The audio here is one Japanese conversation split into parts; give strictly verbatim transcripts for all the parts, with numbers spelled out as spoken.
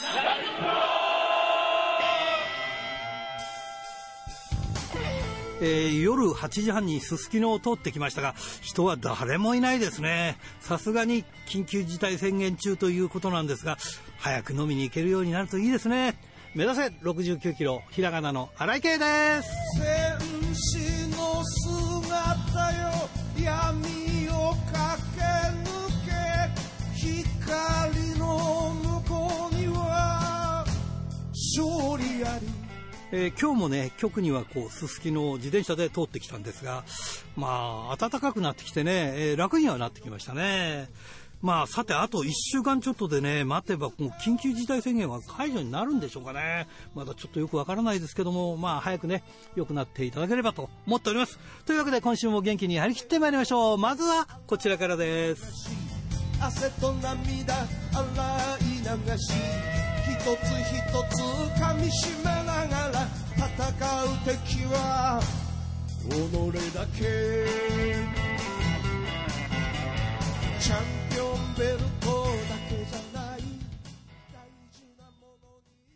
えー、夜はちじはんにすすきのを通ってきましたが、人は誰もいないですね。さすがに緊急事態宣言中ということなんですが、早く飲みに行けるようになるといいですね。目指せろくじゅうきゅうキロ、ひらがなの荒井圭です。 戦士の姿よ、闇を駆け抜け、光の向こうには勝利あり。 えー、今日もね、局にはこうすすきの自転車で通ってきたんですが、まあ暖かくなってきてね、えー、楽にはなってきましたね。まあさて、あといっしゅうかんちょっとでね、待てばもう緊急事態宣言は解除になるんでしょうかね。まだちょっとよくわからないですけども、まあ早くね良くなっていただければと思っております。というわけで今週も元気に張り切ってまいりましょう。まずはこちらからです。 汗と涙洗い流し、一つ一つ噛みしめながら戦う敵は己だけ。チャンピオンベルトだけじゃない、大事なものに。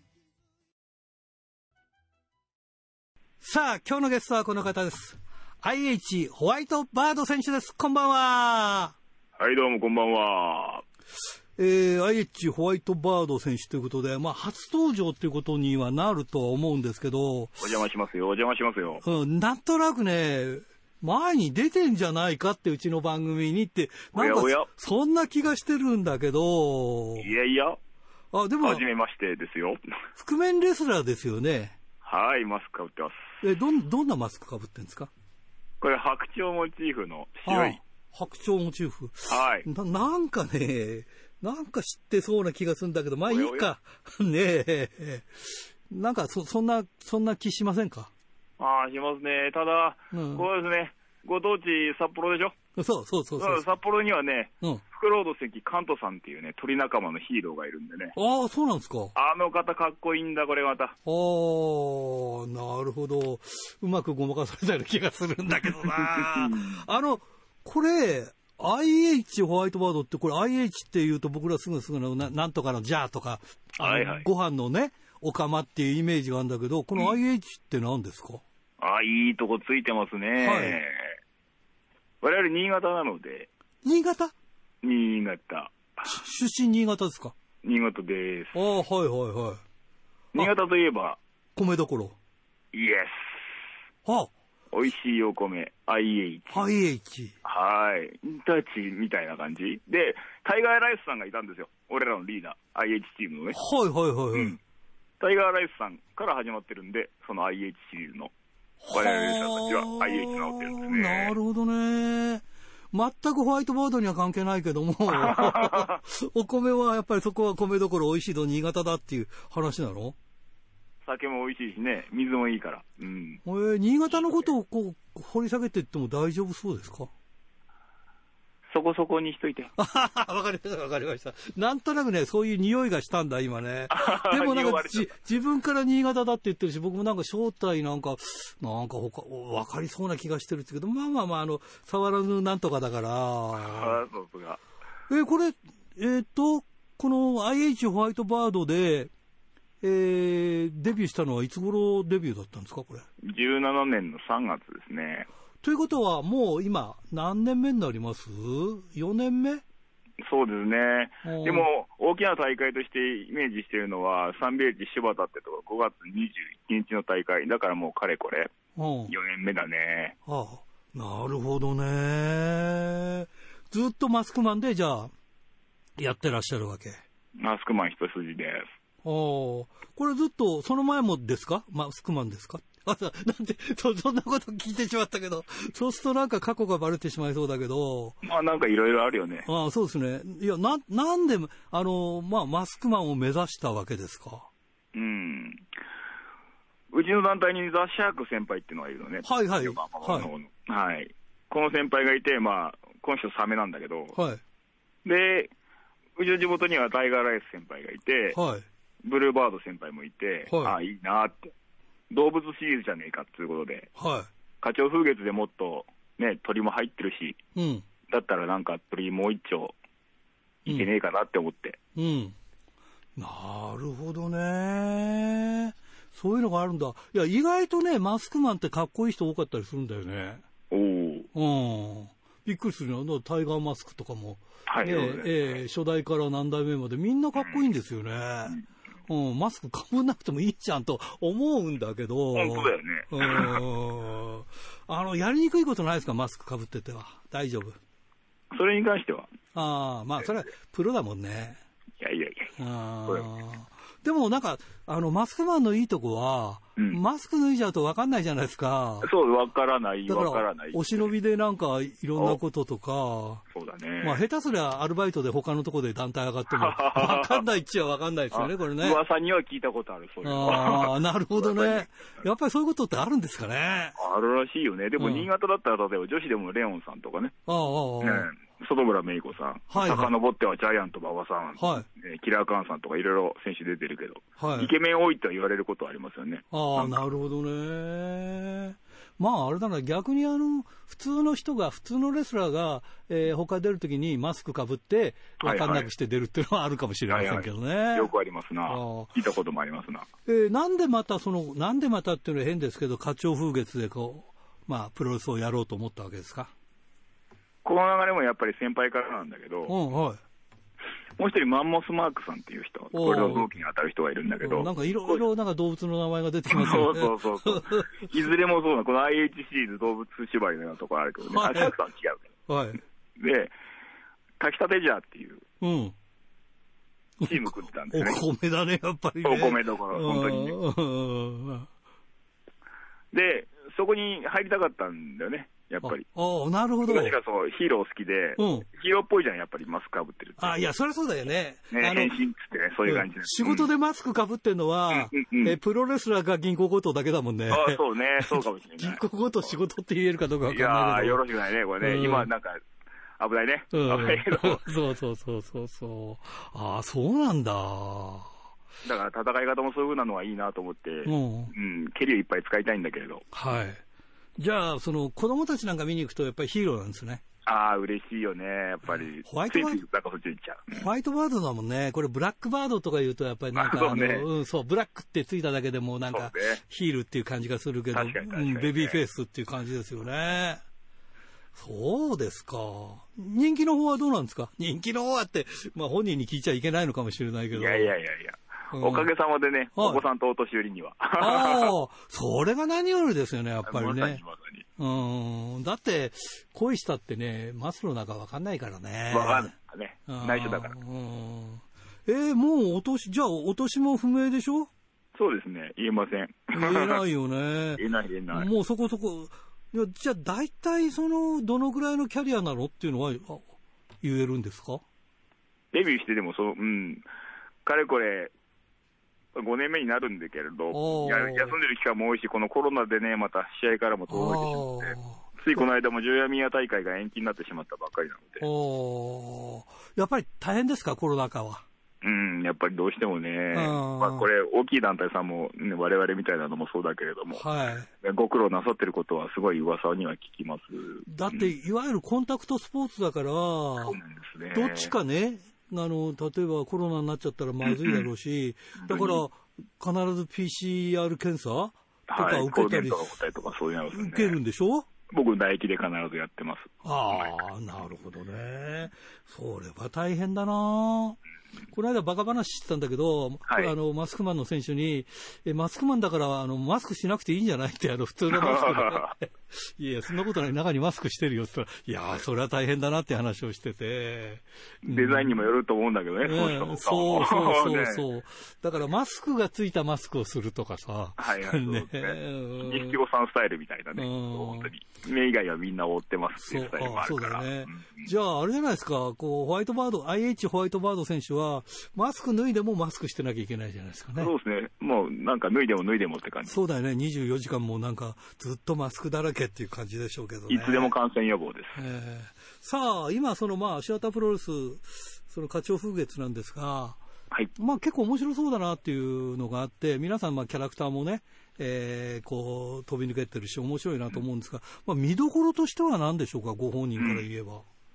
さあ今日のゲストはこの方です。 アイエイチ ホワイトバード選手です。こんばんは。 はい、どうもこんばんは。 えー、アイエイチ ホワイトバード選手ということで、まあ、初登場ということにはなるとは思うんですけど、 お邪魔しますよ、お邪魔しますよ。 うん、なんとなくね、前に出てんじゃないかってうちの番組にって、なんかおやおやそんな気がしてるんだけど。 いやいや、 あ、でも初めましてですよ。 覆面レスラーですよね。 はい、マスクかぶってます。 え、どん、どんなマスクかぶってんですか？ これ白鳥モチーフの白い。 白鳥モチーフ。 はい。 な、なんかね、なんか知ってそうな気がするんだけど、まあいいか。ねえ。なんかそ、そんな、そんな気しませんか？ ああ、しますね。ただ、うん、こうですね、ご当地札幌でしょ？ そうそうそうそう。 札幌にはね、 うん、 フクロウド関関東さんっていうね、鳥仲間のヒーローがいるんでね。 ああ、そうなんですか。 あの方かっこいいんだ、これまた。ああ、 なるほど。うまくごまかされたような気がするんだけどな。あの、これ、アイエイチ ホワイトバードって、これ アイエイチ って言うと僕らすぐすぐの な, なんとかのジャーとか、 はいはい、 ご飯のね、おかまっていうイメージがあるんだけど、この アイエイチ って何ですか？うん、 ああ、いいとこついてますね。はい、我々新潟なので。 新潟？ 新潟。 出身新潟ですか？ 新潟です。 ああ、はいはいはい。 新潟といえば米どころ。 イエス。はあ。美味しいお米、アイエイチ。 アイエイチ。 はい。インタッチみたいな感じで、タイガーライスさんがいたんですよ。俺らのリーダー、アイエイチ チームのね。 はいはいはいはい。うん、 タイガーライスさんから始まってるんで、その アイエイチ シリーズの我々レーサーたちは アイエイチ 名乗ってるんですね。 なるほどね。全くホワイトバードには関係ないけども、お米はやっぱりそこは米どころ美味しいの新潟だっていう話なの？ 酒も美味しいしね、水もいいから。うん。 えー、新潟のことをこう掘り下げていっても大丈夫そうですか？ そこそこにしといて。 わかりましたわかりました。なんとなくね、そういう匂いがしたんだ今ね。でもなんかじ自分から新潟だって言ってるし、僕もなんか正体なんかなんか他分かりそうな気がしてるんですけど、まあまあまああの触らぬなんとかだから。 ああ、そうか。 えー、これえっ、ー、とこの アイエイチ ホワイトバードで。えー、デビューしたのはいつ頃デビューだったんですかこれ？ じゅうななねんのさんがつですね。 ということはもう今何年目になります？よねんめ？ そうですね。でも大きな大会としてイメージしているのはサンビレッジ柴田ってとこごがつにじゅういちにちの大会だからもうかれこれよねんめだね。 ああ、なるほどね。ずっとマスクマンでじゃあやってらっしゃるわけ？ マスクマン一筋です。 ああ、これずっとその前もですか？マスクマンですか？あ、なんで そ, そんなこと聞いてしまったけど、そうするとなんか過去がバレてしまいそうだけど。 まあなんかいろいろあるよね。 ああ、そうですね。いや、な、なんで、あの、まあマスクマンを目指したわけですか？ うん。うちの団体にザ・シャーク先輩っていうのがいるのね。 はいはい。 はい。はい。この先輩がいて、まあ、この人サメなんだけど。 はい。 で、うちの地元にはタイガーライス先輩がいて。 はい。 ブルーバード先輩もいて、はい、ああ、いいなって。動物シリーズじゃねえかっていうことで、 はい。 花鳥風月でもっとね、鳥も入ってるし、 うん。 だったらなんか鳥もう一丁いけねえかなって思って。 うん。うん、 なるほどね。そういうのがあるんだ。いや、意外とね、マスクマンってかっこいい人多かったりするんだよね。 おお。 うん。びっくりするよ。タイガーマスクとかも。 はい、 ねええ、初代から何代目までみんなかっこいいんですよね。うん、うん、マスクかぶんなくてもいいじゃんと思うんだけど。 本当だよね。 うん。あの、やりにくいことないですか、マスクかぶってては。大丈夫。 それに関しては。 ああ、まあ、それはプロだもんね。 いやいやいや。 あでもなんか、あの、マスクマンのいいとこは、うん、マスク脱いじゃうと分かんないじゃないですか。 そう、分からない、分からない。 お忍びでなんかいろんなこととか、 そうだね。 まあ、下手すりゃアルバイトで他のところで団体上がっても、分かんないっちゃ分かんないですよね、これね。 噂には聞いたことある、そういうの。 ああ、なるほどね。やっぱりそういうことってあるんですかね。 あるらしいよね。でも、新潟だったら、例えば女子でもレオンさんとかね。 ああ、ああ。 外村芽衣子さん、はいはい、遡ってはジャイアント馬場さん、はいえー、キラーカーンさんとかいろいろ選手出てるけど、はい、イケメン多いとは言われることはありますよね。 ああ、なるほどね。まああれだな、逆にあの普通の人が、普通のレスラーが、えー、他出るときにマスクかぶって分かんなくして出るっていうのはあるかもしれませんけどね。はいはい、 よくありますな。聞いたこともありますな。 えー、なんでまたその、なんでまたっていうのは変ですけど、花鳥風月でこう、まあプロレスをやろうと思ったわけですか。 この流れもやっぱり先輩からなんだけど、 うんはい、 もう一人マンモスマークさんっていう人、これの同期に当たる人がいるんだけど、 なんかいろいろなんか動物の名前が出てきますよね。 そうそうそうそう。いずれもそうな、この アイエイチシー ズ動物縛りのようなところあるけどね、はい、あ、シャークさんは違うけど。はい。で、炊きたてじゃっていう、うん。チーム組んでたんですね。 お米だね、やっぱりね。 お米どころ、本当にね。で、そこに入りたかったんだよね。やっぱり。 ああ、なるほど。 私がそう、ヒーロー好きで、うん、ヒーローっぽいじゃん、やっぱりマスクかぶってるって。 あ、いや、そりゃそうだよね。 ね、変身っつってね、そういう感じで、うん。 仕事でマスクかぶってるのは、うん、え、プロレスラーか銀行強盗だけだもんね。 ああ、そうね、そうかもしれない。 銀行強盗仕事って言えるかどうかわかんないけど。 いやー、よろしくないね、これね。うん、今、なんか、危ないね。うん、危ないけど。 そうそうそうそうそう。ああ、そうなんだ。 だから戦い方もそういう風なのはいいなと思って、うん、うん、蹴りをいっぱい使いたいんだけれど。 はい。じゃあ、その子供たちなんか見に行くとやっぱりヒーローなんですね。 ああ、嬉しいよね、やっぱり。 ホワイトバード。 ついついなんかそっちに行っちゃう。 ホワイトバードだもんね。これブラックバードとか言うとやっぱりなんか、あの、ね、うん、そう、ブラックってついただけでもなんか、ね、ヒールっていう感じがするけど、確かに確かにね、うん、ベビーフェイスっていう感じですよね。そうですか。人気の方はどうなんですか？人気の方はって、まあ本人に聞いちゃいけないのかもしれないけど。 いやいやいやいや。うん、おかげさまでね、お子さんとお年寄りには。 ああ、それが何よりですよね、やっぱりね。まさにまさに。うん。だって、恋したってね、マスの中わかんないからね。 わかんないね。内緒だから。うん、 えー、もうお年、じゃあお年も不明でしょ？ そうですね、言えません。 言えないよね。 言えない言えない。 もうそこそこ、いやじゃあ大体その、どのぐらいのキャリアなのっていうのは言えるんですか？ デビューしてでもそう、うん、かれこれ、ごねんめになるんだけれど、や休んでる期間も多いし、このコロナでね、また試合からも遠のいてしまって、ついこの間もジョヤミヤ大会が延期になってしまったばっかりなので。 おやっぱり大変ですか、コロナ禍は。 うん、やっぱりどうしてもね、まあ、これ、大きい団体さんも、ね、我々みたいなのもそうだけれども、はい、ご苦労なさってることは、すごい噂には聞きます。 だって、いわゆるコンタクトスポーツだから、そうなんですね、どっちかね、あの例えばコロナになっちゃったらまずいだろうし、うんうん、だから必ず ピーシーアール 検査とか受けたり、はい、受けるんでしょ？ 僕、唾液で必ずやってます。 ああ、なるほどね。それは大変だな。この間バカ話してたんだけど、はい、あのマスクマンの選手にえマスクマンだからあのマスクしなくていいんじゃないってあの普通のマスクでいやそんなことない、中にマスクしてるよって言ったら、いやそれは大変だなって話をしてて、 デザインにもよると思うんだけどね、 うん、そうそうそうそう、ね、だからマスクがついたマスクをするとかさ、 はいはい、そうですね、西京さんスタイルみたいなね、本当に目以外はみんな覆ってますっていうスタイルもあるから。そうだね、 うん、じゃああれじゃないですか、こうホワイトバード アイエイチ ホワイトバード選手はマスク脱いでもマスクしてなきゃいけないじゃないですかね。 そうですね。もうなんか脱いでも脱いでもって感じ。 そうだよね。にじゅうよじかんもなんかずっとマスクだらけっていう感じでしょうけどね。 いつでも感染予防です。 えー、さあ今そのまあシアタープロレスその花鳥風月なんですが、はい、まあ結構面白そうだなっていうのがあって、皆さんまあキャラクターもね、えー、こう飛び抜けてるし面白いなと思うんですが、うん、まあ見どころとしては何でしょうか、ご本人から言えば。 うん、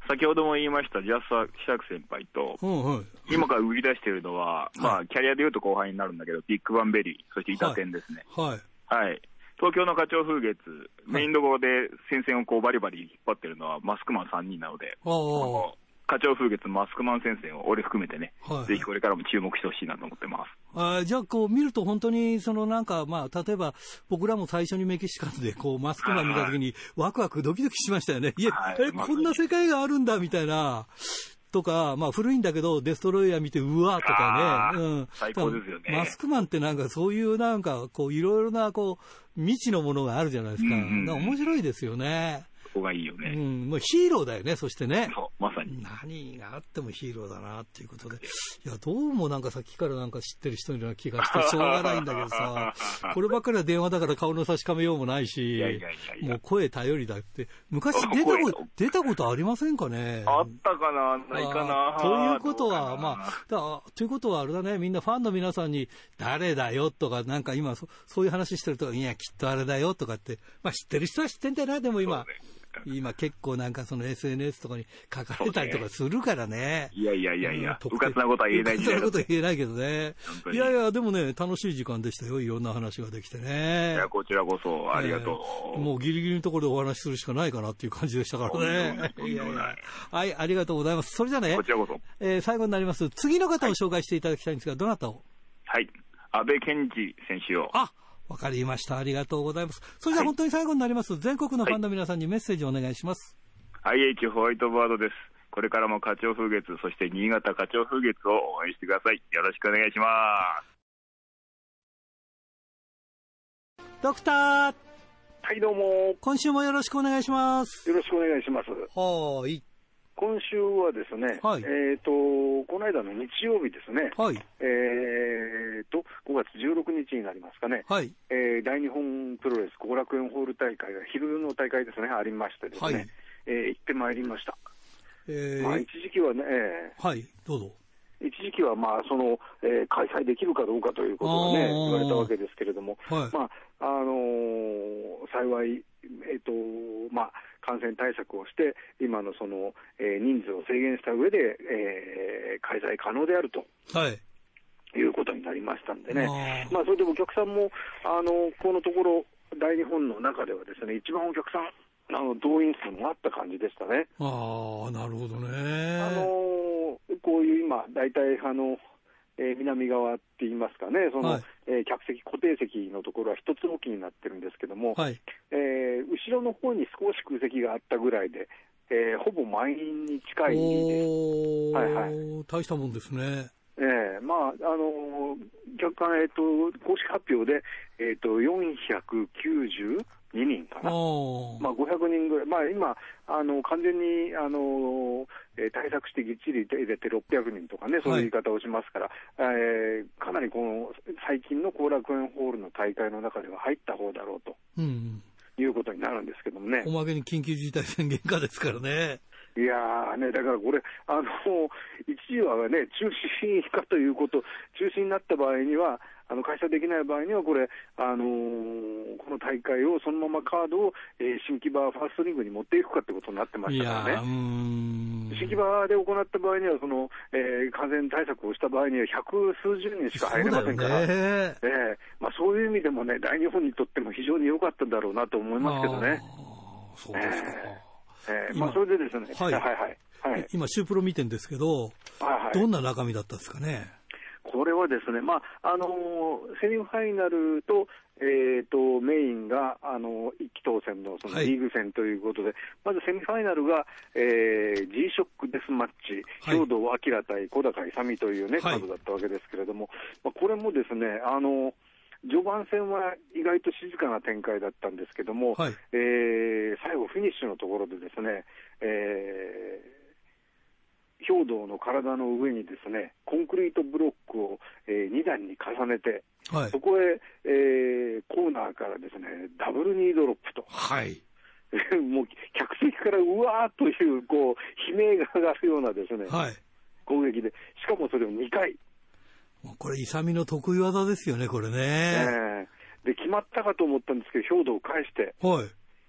先ほども言いましたジャスタ・シャーク先輩と、 うんはい、 今から売り出しているのは、はい、まあ、キャリアでいうと後輩になるんだけど、ビッグバンベリー、そしてイタテンですね。 はい。 はい。東京の花鳥風月、メインどころで戦線をこうバリバリ引っ張ってるのはマスクマンさんにんなので、花鳥風月、マスクマン戦線を俺含めてね、はい、ぜひこれからも注目してほしいなと思ってます。 あじゃあこう見ると本当にそのなんかまあ例えば僕らも最初にメキシカンでこうマスクマン見たときにワクワクドキドキしましたよね。いや、はい、えこんな世界があるんだみたいな。とか、まあ古いんだけど、デストロイヤー見て、うわーとかね。うん。 最高ですよね。 マスクマンってなんかそういうなんか、こういろいろなこう、未知のものがあるじゃないですか。うんうん、だから面白いですよね。 そこがいいよね。 うん。もうヒーローだよね、そしてね。 そう、まさに。 何があってもヒーローだなっていうことで。いや、どうもなんかさっきからなんか知ってる人のような気がしてしょうがないんだけどさ、こればっかりは電話だから顔の確かめようもないし、いやいやいやいやもう声頼りだって。昔出たこと、出たことありませんかね。 あったかな、ないかな。 ということは、まあ、だということはあれだね、みんなファンの皆さんに誰だよとか、なんか今そ、そういう話してると、いや、きっとあれだよとかって、まあ知ってる人は知ってんだよな、でも今。今結構なんかその エスエヌエス とかに書かれたりとかするからね。 いやいやいやいや、うかつなことは言えない時代だ。 うかつなことは言えないけどね。いやいや、でもね、楽しい時間でしたよ。いろんな話ができてね。 いや、こちらこそ、ありがとう、 えー。もうギリギリのところでお話しするしかないかなっていう感じでしたからね。いやいやはい、ありがとうございます。それじゃね、 こちらこそ。 えー、最後になります。次の方を紹介していただきたいんですが、どなたを？ はい、安倍健二選手を。 あわかりました。ありがとうございます。それでは本当に最後になります。はい、全国のファンの皆さんにメッセージをお願いします。 アイエイチ ホワイトバードです。これからも花鳥風月、そして新潟花鳥風月を応援してください。よろしくお願いします。 ドクター。 はい、どうも。 今週もよろしくお願いします。 よろしくお願いします。 はい。 今週はですね、はい、えっ、ー、と、この間の日曜日ですね、 はい、 えっ、ー、と、ごがつじゅうろくにちになりますかね、 はい、 えー、大日本プロレス後楽園ホール大会が昼の大会ですね、ありましてですね、はい、えー、行ってまいりました。 えー、 まあ、一時期はね、えー、はい、どうぞ。 一時期はまあその、えー、開催できるかどうかということがね、言われたわけですけれども、 はい、 まあ、あのー、幸い、えっ、ー、と、まあ、感染対策をして、今のその、えー、人数を制限した上で、えー、開催可能であると、 はい、 いうことになりましたんでね、あまあ、それでお客さんも、あの、このところ、大日本の中ではですね、一番お客さん、あの動員数もあった感じでしたね。 ああ、なるほどね。 あのー、こういう今、大体、あの、えー、南側って言いますかね、その、はい、えー、客席、固定席のところは一つ置きになってるんですけども、 はい、 えー、後ろの方に少し空席があったぐらいで、えー、ほぼ満員に近いです。 はいはい、大したもんですね。 えー、まあ、あのー、若干、えっ、ー、と、公式発表で、えっ、ー、と、よんひゃくきゅうじゅうににんかな。まあ、ごひゃくにんぐらい。まあ、今、あの、完全に、あの、えー、対策してぎっちり入れてろっぴゃくにんとかね、そういう言い方をしますから、はい、えー、かなりこの、最近の後楽園ホールの大会の中では入った方だろうと。 うん、 いうことになるんですけどもね。 おまけに緊急事態宣言下ですからね。 いやーね、だからこれ、あの、一時はね、中止かということ、中止になった場合には、あの開催できない場合には、これ、あのー、この大会をそのままカードを、えー、新木場ファーストリングに持っていくかってことになってましたからね。新木場で行った場合には、その、えー、感染対策をした場合には、百数十人しか入れませんから、 そうだよね、 えーまあ、そういう意味でもね、大日本にとっても非常に良かったんだろうなと思いますけどね。 そうですか。 えーえーまあ、それでですね、 はいはいはいはい、今、シュープロ見てるんですけど、はいはい、どんな中身だったんですかね。 これはですね、まああのー、セミファイナルと、えー、とメインが、あのー、一期当選 の, そのリーグ戦ということで、はい、まずセミファイナルが、えー、G ショックデスマッチ、兵藤明対小高勇という、ね、カードだったわけですけれども、まあ、これもですね、あのー序盤戦は意外と静かな展開だったんですけども、はい、えー、最後フィニッシュのところでですね、えー、兵藤の体の上にですね、コンクリートブロックを、えー、に段に重ねて、はい、そこへ、えー、コーナーからですね、ダブルニードロップと。 はい。 もう客席からうわーっという、こう、悲鳴が上がるようなですね、 はい、 攻撃で、しかもそれをにかい。 これ、勇の得意技ですよね、これね。 えー、で、決まったかと思ったんですけど、兵藤を返して、 はい、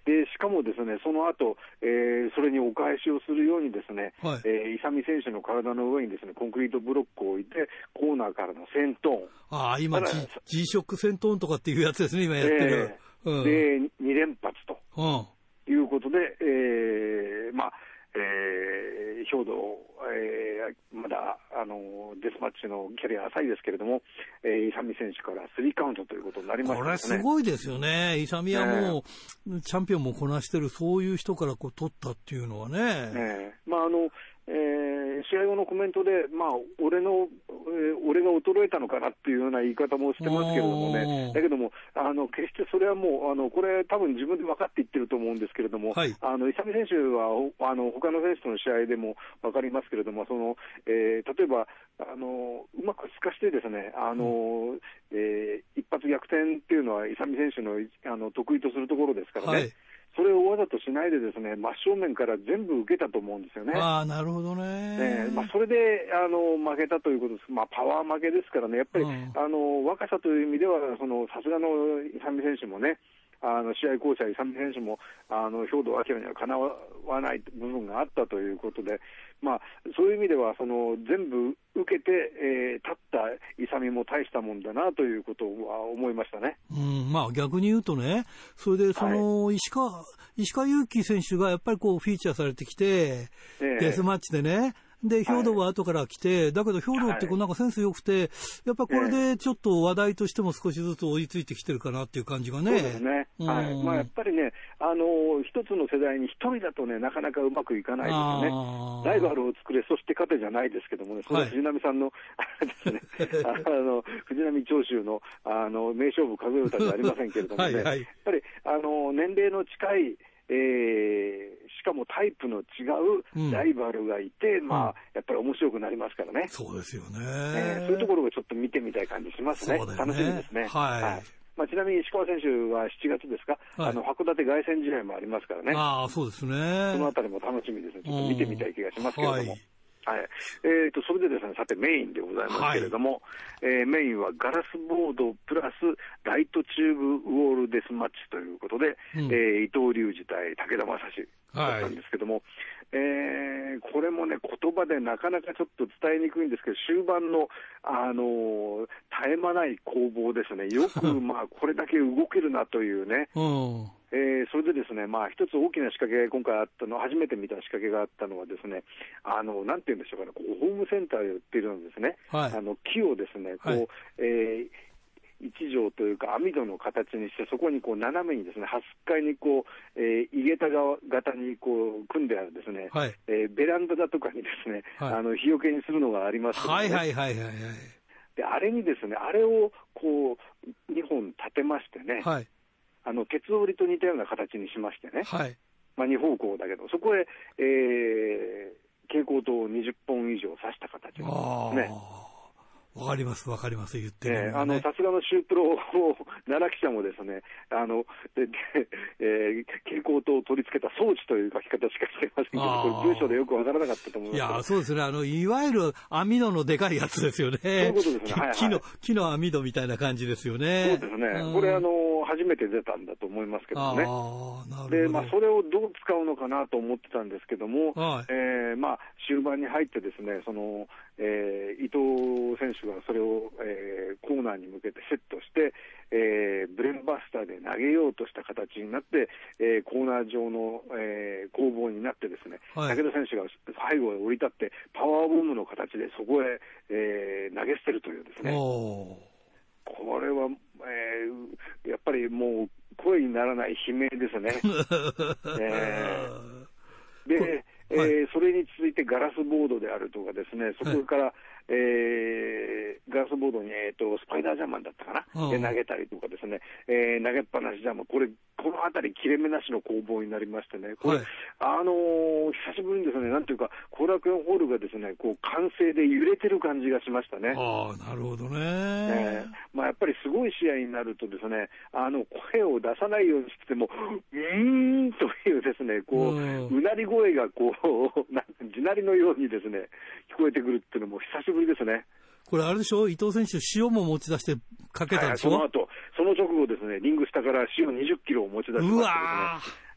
でしかもですね、その後、えー、それにお返しをするようにですね、はい、えー、勇選手の体の上にですね、コンクリートブロックを置いて、コーナーからの先頭。 ああ、今 G、G ショック先頭とかっていうやつですね、今やってる。 えーうん、で、に連発と、うん、いうことで、えー、まあ、えー、兵頭、えー、まだあのデスマッチのキャリア浅いですけれども、えー、勇選手からスリーカウントということになりましたね。 これすごいですよね。勇はもう、えー、チャンピオンもこなしてる、そういう人からこう取ったっていうのはね。 えー、まああのえー、試合後のコメントで、まあ、俺の、えー、俺が衰えたのかなっていうような言い方もしてますけれどもね、だけども、あの決してそれはもう、あのこれ、多分自分で分かって言ってると思うんですけれども、はい、あの勇選手はあの他の選手との試合でも分かりますけれども、そのえー、例えばあの、うまく透かして、ですねあの、うんえー、一発逆転っていうのは、勇選手の、あの得意とするところですからね。はい、それをわざとしないでですね、真正面から全部受けたと思うんですよね。 ああ、なるほどね。 えーまあ、それであの負けたということです。まあ、パワー負けですからね、やっぱり、うん、あの若さという意味では、さすがの勇選手もね、あの試合巧者、勇選手もあの兵頭明にはかなわない部分があったということで、まあ、そういう意味ではその全部受けて、えー、立った勇も大したもんだなということは思いましたね。 うんまあ、逆に言うとね、それでその石川、はい、石川祐希選手がやっぱりこうフィーチャーされてきて、えー、デスマッチでね、で兵頭は後から来て、はい、だけど兵頭ってこうなんかセンス良くて、やっぱこれでちょっと話題としても少しずつ追いついてきてるかなっていう感じがね。 そうですね、うんはいまあ、やっぱりね、あの一つの世代に一人だとね、なかなかうまくいかないですよね。ライバルを作れ、そして勝てじゃないですけどもね、それは藤波さんの、はいですね、あの藤波長州のあの名勝負数え歌じゃありませんけれどもね、はい、はい、やっぱりあの年齢の近いえー、しかもタイプの違うライバルがいて、うん、まあ、やっぱり面白くなりますからね。 そうですよね、 えー。そういうところをちょっと見てみたい感じしますね。ね楽しみですね。 はい。はいまあ、ちなみに石川選手はしちがつですか、はい、あの函館凱旋試合もありますからね。 ああ、そうですね。 そのあたりも楽しみですね。ちょっと見てみたい気がしますけれども。はいはいえー、とそれでですね、さてメインでございますけれども、はいえー、メインはガラスボードプラスライトチューブウォールデスマッチということで、うんえー、伊藤隆二対武田正史だったんですけども、はいえー、これもね、言葉でなかなかちょっと伝えにくいんですけど、終盤の、あのー、絶え間ない攻防ですね、よくまあこれだけ動けるなというね。うんえー、それでですね、まあ、一つ大きな仕掛け、今回あったの、初めて見た仕掛けがあったのはですね、あの、なんていうんでしょうかね、こうホームセンターで売っているんですね。はい、あの、木をですね、こう、はいえー一条というか網戸の形にして、そこにこう斜めにですね、はすかいにこう、えー、井桁型にこう組んであるですね、はいえー、ベランダだとかにですね、はい、あの日よけにするのがありますけどね。はいはいはいはいはい。で、あれにですね、あれをこうにほん立てましてね、はい、あの鉄折りと似たような形にしましてね、はいまあ、に方向だけど、そこへ、えー、蛍光灯をにじゅっぽん以上刺した形なんですね。 わかります、わかります、言ってる、ねえー、あのさすがのシュープロ奈良記者もですね、あのでで、えー、蛍光灯を取り付けた装置という書き方しかしていませんけど、これ文章でよくわからなかったと思います。 いや、そうですね、あのいわゆる網戸のでかいやつですよね。そういうことですね。はいはい、 木の木の網戸みたいな感じですよね。 そうですね。うん、これあの初めて出たんだと思いますけどね。あなるほどで、まあそれをどう使うのかなと思ってたんですけども、はいえー、まあ終盤に入ってですね、その、えー、伊藤選手がそれを、えー、コーナーに向けてセットして、えー、ブレーンバスターで投げようとした形になって、えー、コーナー上の、えー、攻防になってですね、はい、武田選手が背後へ降り立ってパワーボムの形でそこへ、えー、投げ捨てるというですね、これは、えー、やっぱりもう声にならない悲鳴ですね。えー、で、えーはい、それに続いてガラスボードであるとかですね、そこから、はいえー、ガラスボードに、えー、とスパイダージャーマンだったかな、で投げたりとかですね、えー、投げっぱなしジャーマン、これ、このあたり切れ目なしの攻防になりましてね、これ、はい、あのー、久しぶりにですね、なんていうか、後楽園ホールがですね、こう歓声で揺れてる感じがしましたね。 ああ、なるほどね。 えーまあ、やっぱりすごい試合になるとですね、あの声を出さないようにしても、うーんというですね、こう、うなり声がこう、地鳴りのようにですね、聞こえてくるっていうのも久しぶりですね。 これあれでしょ、伊藤選手、塩も持ち出してかけたんでしょ、 はい、その後、その直後ですね、リング下から塩にじゅっキロを持ち出してましてですね、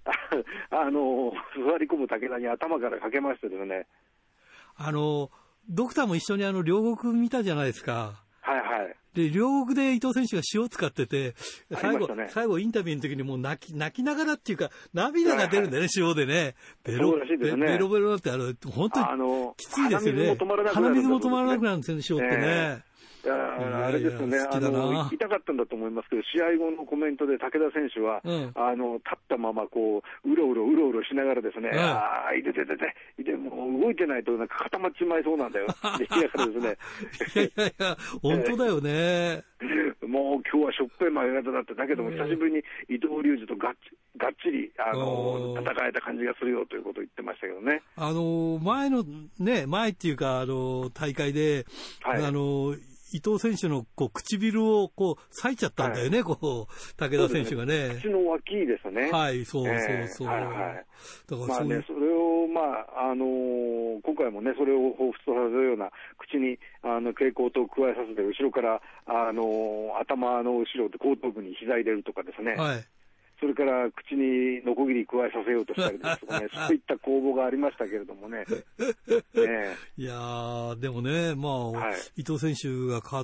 あの座り込む武田に頭からかけましてですね、 あのドクターも一緒にあの両国見たじゃないですか。 はいはい。 で両国で伊藤選手が塩を使ってて、最後、 ね、 最後インタビューの時にもう泣き泣きながらっていうか涙が出るんだよね、はいはい、塩でね。ベロそうらしいですね。 ベロベロってあの本当にきついですよね。鼻水も止まらなくなるんですよね、塩ってね。えーいやあれですね、あの痛かったんだと思いますけど、試合後のコメントで武田選手は、うん、あの立ったままこううろうろうろうろしながらですね、うん、ああ、いてててて、いて、もう動いてないとなんか固まっちまいそうなんだよって言いながらですね、 いやいやいや、本当だよね。えー、もう今日はしょっぺい負け方だった、だけども、久しぶりに伊藤隆二とがっちがっちりあの戦えた感じがするよということを言ってましたけどね。 あの前のね、前っていうか、あの大会で、はい、あの伊藤選手のこう唇をこう裂いちゃったんだよね、はい、こう武田選手がね。 ね、口の脇ですね。 はい、そうそうそう。えー、はいはい。 だからそう、まあね、それをまああのー、今回もね、それを彷彿とさせるような口にあの蛍光灯を加えさせて、後ろからあのー、頭の後ろで後頭部に膝入れるとかですね。はい。それから口にノコギリ加えさせようとしたりですとかね、そういった攻防がありましたけれどもね。ねいやー、でもね、まあ、はい、伊藤選手が勝って、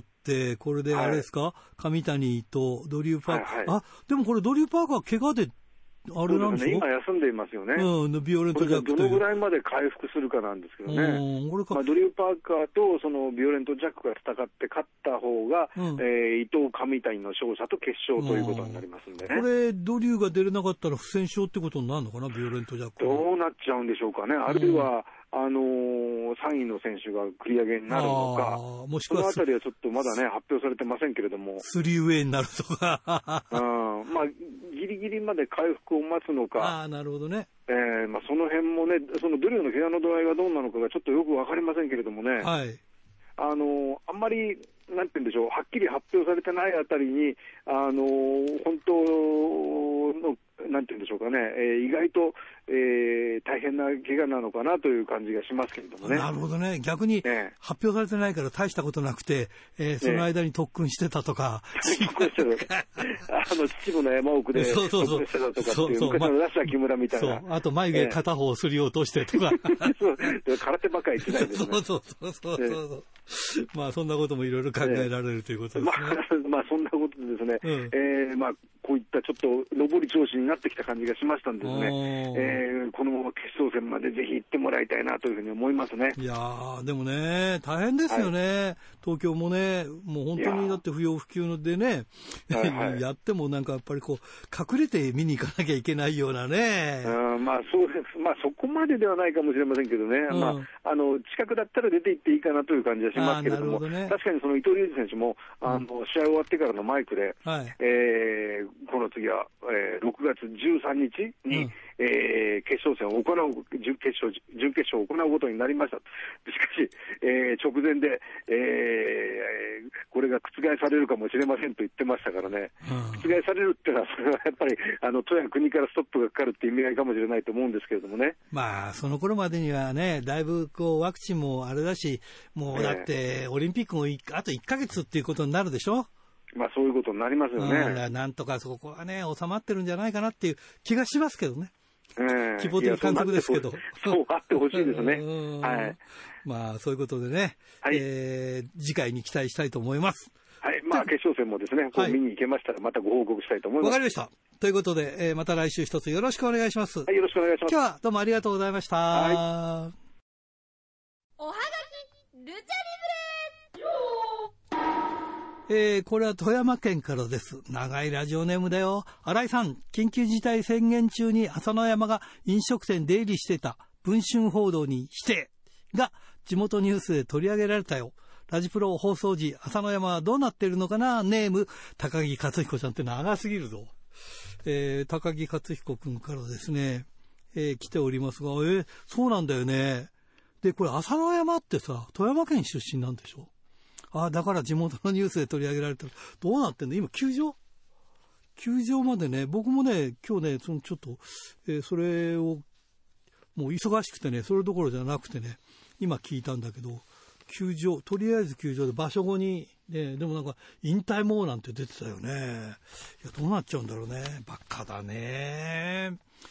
これであれですか、はい、上谷とドリューパーク、はいはい、あ、でもこれドリューパークは怪我で、あれなんでしょう、ね、 今休んでいますよね。 うん、ビオレントジャックという。 どのぐらいまで回復するかなんですけどね。うん、これかまあ、ドリューパーカーとそのビオレントジャックが戦って勝った方が、うん、えー、伊藤上谷の勝者と決勝ということになりますんでね。 これドリューが出れなかったら不戦勝ってことになるのかな、ビオレントジャック。 どうなっちゃうんでしょうかね。あるいは、うん、あのー、さんいの選手が繰り上げになるのか、もしくはそのあたりはちょっとまだね発表されてませんけれども、 スリーウェイになるとか、 うん、まあギリギリまで回復を待つのか。 あ、なるほどね。 えーまあ、その辺もね、そのドリューの怪我の度合いがどうなのかがちょっとよく分かりませんけれどもね、はい、あのあんまりなんて言うんでしょう、はっきり発表されてないあたりに、あの本当のなんて言うんでしょうかね、えー、意外と、えー、大変な怪我なのかなという感じがしますけれどもね。 なるほどね。逆に発表されてないから大したことなくて、えー、その間に特訓してたとか。 特訓してた。あの秩父の山奥で特訓してたとかっていう、昔のラッシャー木村みたいな。 そう。あと眉毛片方すり落としてとか。 そう。空手ばっかり言ってないんですね。 そうそうそうそうそう。まあそんなこともいろいろ考えられるということですね。 まあ、まあそんなことでですね、うん、えー、まあこういったちょっと上り調子になってきた感じがしましたんですね、えー、このまま決勝戦までぜひ行ってもらいたいなというふうに思いますね。 いやー、でもね、大変ですよね、はい、東京もね、もう本当にだって不要不急でね、はいはい、やってもなんかやっぱりこう、隠れて見に行かなきゃいけないようなね。 あ、まあそうです、まあそこまでではないかもしれませんけどね、うん、まあ、あの近くだったら出て行っていいかなという感じはしますけれども、どね、確かにその伊藤隆二選手も、あの、うん、試合終わってからのマイクで、はい、えーこの次は、えー、ろくがつじゅうさんにちに、うん、えー、決勝戦を行う、準決勝、準決勝を行うことになりました。しかし、えー、直前で、えー、これが覆されるかもしれませんと言ってましたからね、うん、覆されるっていうのは、それはやっぱり、あの、都や国からストップがかかるっていう意味合いかもしれないと思うんですけれどもね。 まあ、その頃までにはね、だいぶこう、ワクチンもあれだし、もうだって、オリンピックもあといっかげつっていうことになるでしょ。 まあそういうことになりますよね。 うん、なんとかそこはね、収まってるんじゃないかなっていう気がしますけどね。えー、希望的観測ですけど。 そうあってほしいですね。 はい。まあそういうことでね、はい、えー、次回に期待したいと思います。 はい、まあ決勝戦もですね、こう見に行けましたらまたご報告したいと思います。 わかりました。ということで、えー、また来週一つよろしくお願いします。 はい、よろしくお願いします。 今日はどうもありがとうございました。はい。 おはがきルチャリブレえー、これは富山県からです。長いラジオネームだよ。新井さん、緊急事態宣言中に浅野山が飲食店出入りしてた文春報道に否定が地元ニュースで取り上げられたよ。ラジプロ放送時、浅野山はどうなってるのかな。ネーム高木克彦ちゃんって長すぎるぞ。えー、高木克彦くんからですね、えー、来ておりますが、えー、そうなんだよね。で、これ浅野山ってさ、富山県出身なんでしょ。あ、だから地元のニュースで取り上げられたらどうなってんの今球場球場までね、僕もね今日ねそのちょっと、えー、それをもう忙しくてね、それどころじゃなくてね、今聞いたんだけど、球場とりあえず球場で場所後に、ね、でもなんか引退もなんて出てたよね。いやどうなっちゃうんだろうね。バカだね。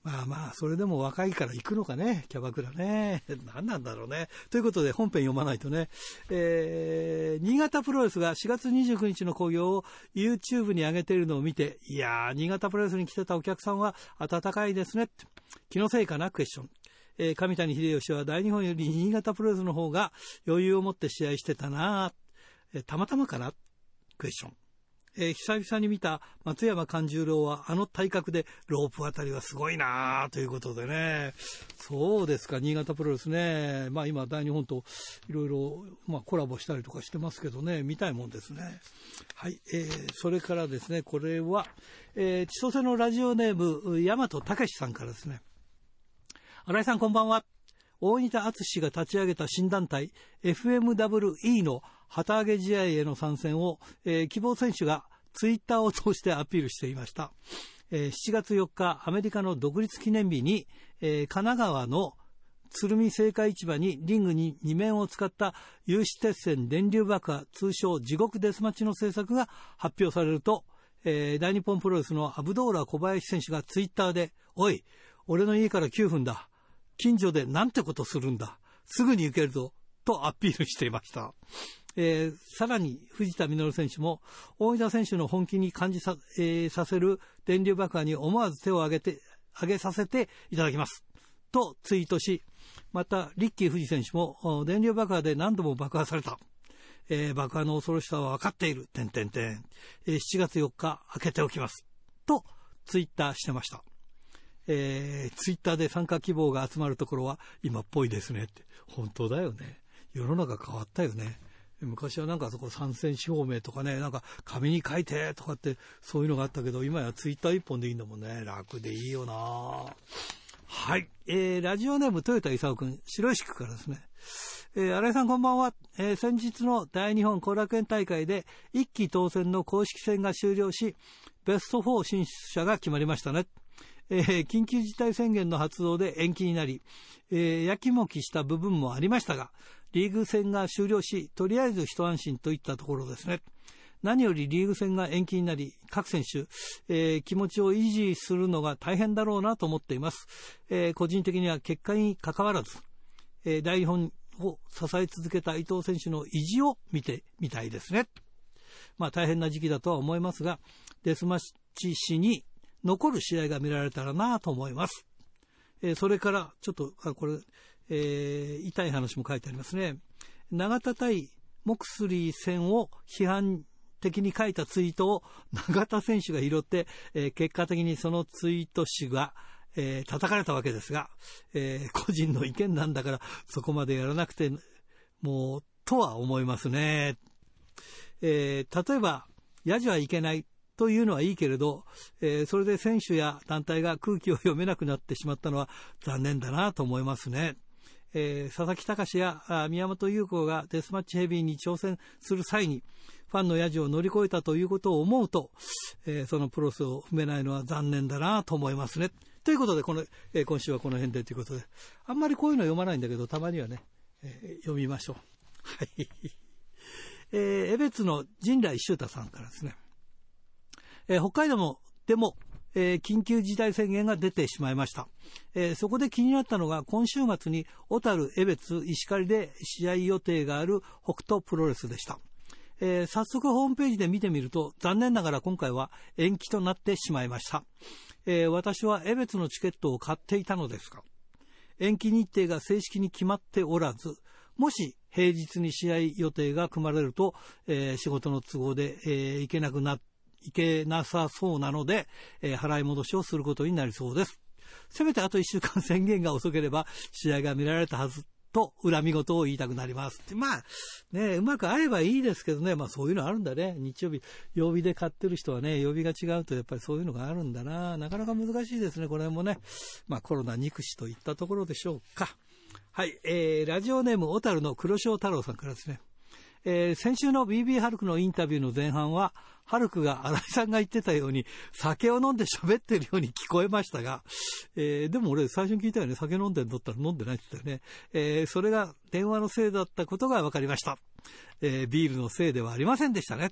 まあまあ、それでも若いから行くのかね、キャバクラね。何なんだろうね。ということで、本編読まないとね。えー、新潟プロレスがしがつにじゅうくにちの興行を YouTube に上げているのを見て、いやー、新潟プロレスに来てたお客さんは温かいですね。気のせいかな、クエスチョン。えー、上谷秀吉は大日本より新潟プロレスの方が余裕を持って試合してたな、えー、たまたまかな、クエスチョン。えー、久々に見た松山勘十郎はあの体格でロープあたりはすごいなということでね。そうですか、新潟プロレスね。まあ今大日本といろいろまあコラボしたりとかしてますけどね、見たいもんですね。はい、えー、それからですね、これは、えー、千歳のラジオネーム大和武さんからですね。新井さんこんばんは。大仁田敦が立ち上げた新団体 エフエムダブリューイー の旗揚げ試合への参戦を、えー、希望選手がツイッターを通してアピールしていました。えー、しちがつよっかアメリカの独立記念日に、えー、神奈川の鶴見青果市場にリングにに面を使った有刺鉄線電流爆破通称地獄デスマッチの制作が発表されると、えー、大日本プロレスのアブドーラ小林選手がツイッターでおい俺の家からきゅうふんだ近所でなんてことするんだすぐに行けるぞとアピールしていました。えー、さらに藤田実選手も大仁田選手の本気に感じさ、えー、させる電流爆破に思わず手を挙げて挙げさせていただきますとツイートし、またリッキー藤選手も電流爆破で何度も爆破された、えー、爆破の恐ろしさは分かっている点点点、えー、しちがつよっか開けておきますとツイッターしてました。えー、ツイッターで参加希望が集まるところは今っぽいですねって。本当だよね。世の中変わったよね。昔はなんかそこ参戦証明とかね、なんか紙に書いてとかってそういうのがあったけど、今やツイッター一本でいいんだもんね。楽でいいよな。はい、えー、ラジオネーム豊田勲君、白石区からですね。えー、新井さんこんばんは。えー、先日の大日本後楽園大会で一期当選の公式戦が終了し、ベストフォー進出者が決まりましたね。えー、緊急事態宣言の発動で延期になり、えー、やきもきした部分もありましたが、リーグ戦が終了し、とりあえず一安心といったところですね。何よりリーグ戦が延期になり、各選手、えー、気持ちを維持するのが大変だろうなと思っています。えー、個人的には結果に関わらず、えー、大日本を支え続けた伊藤選手の意地を見てみたいですね。まあ大変な時期だとは思いますが、デスマッチ史に残る試合が見られたらなと思います。えー、それからちょっとあこれ、えー、痛い話も書いてありますね。永田対モクスリー戦を批判的に書いたツイートを永田選手が拾って、えー、結果的にそのツイート紙が、えー、叩かれたわけですが、えー、個人の意見なんだからそこまでやらなくてもうとは思いますね。えー、例えばヤジはいけないというのはいいけれど、えー、それで選手や団体が空気を読めなくなってしまったのは残念だなと思いますね。えー、佐々木隆や宮本優子がデスマッチヘビーに挑戦する際にファンのヤジを乗り越えたということを思うと、えー、そのプロセスを踏めないのは残念だなと思いますね。ということでこの、えー、今週はこの辺でということで、あんまりこういうの読まないんだけどたまにはね、えー、読みましょう。はい、えー、江別の陣来修太さんからですね。えー、北海道もでも、えー、緊急事態宣言が出てしまいました。えー、そこで気になったのが今週末に小樽、江別、石狩で試合予定がある北斗プロレスでした。えー、早速ホームページで見てみると残念ながら今回は延期となってしまいました。えー、私は江別のチケットを買っていたのですが延期日程が正式に決まっておらず、もし平日に試合予定が組まれると、えー、仕事の都合で、えー、行けなくなっていけなさそうなので、えー、払い戻しをすることになりそうです。せめてあといっしゅうかん宣言が遅ければ試合が見られたはずと恨み事を言いたくなります。まあね、うまく合えばいいですけどね、まあそういうのあるんだね。日曜日曜日で買ってる人はね、曜日が違うとやっぱりそういうのがあるんだな。なかなか難しいですね、これもね。まあコロナ憎しといったところでしょうか。はい、えー、ラジオネーム小樽の黒潮太郎さんからですね。えー、先週の ビービー ハルクのインタビューの前半はハルクが新井さんが言ってたように酒を飲んで喋ってるように聞こえましたが、えー、でも俺最初に聞いたよね、酒飲んでんだったら飲んでないって言ったよね。えー、それが電話のせいだったことが分かりました。えー、ビールのせいではありませんでしたね。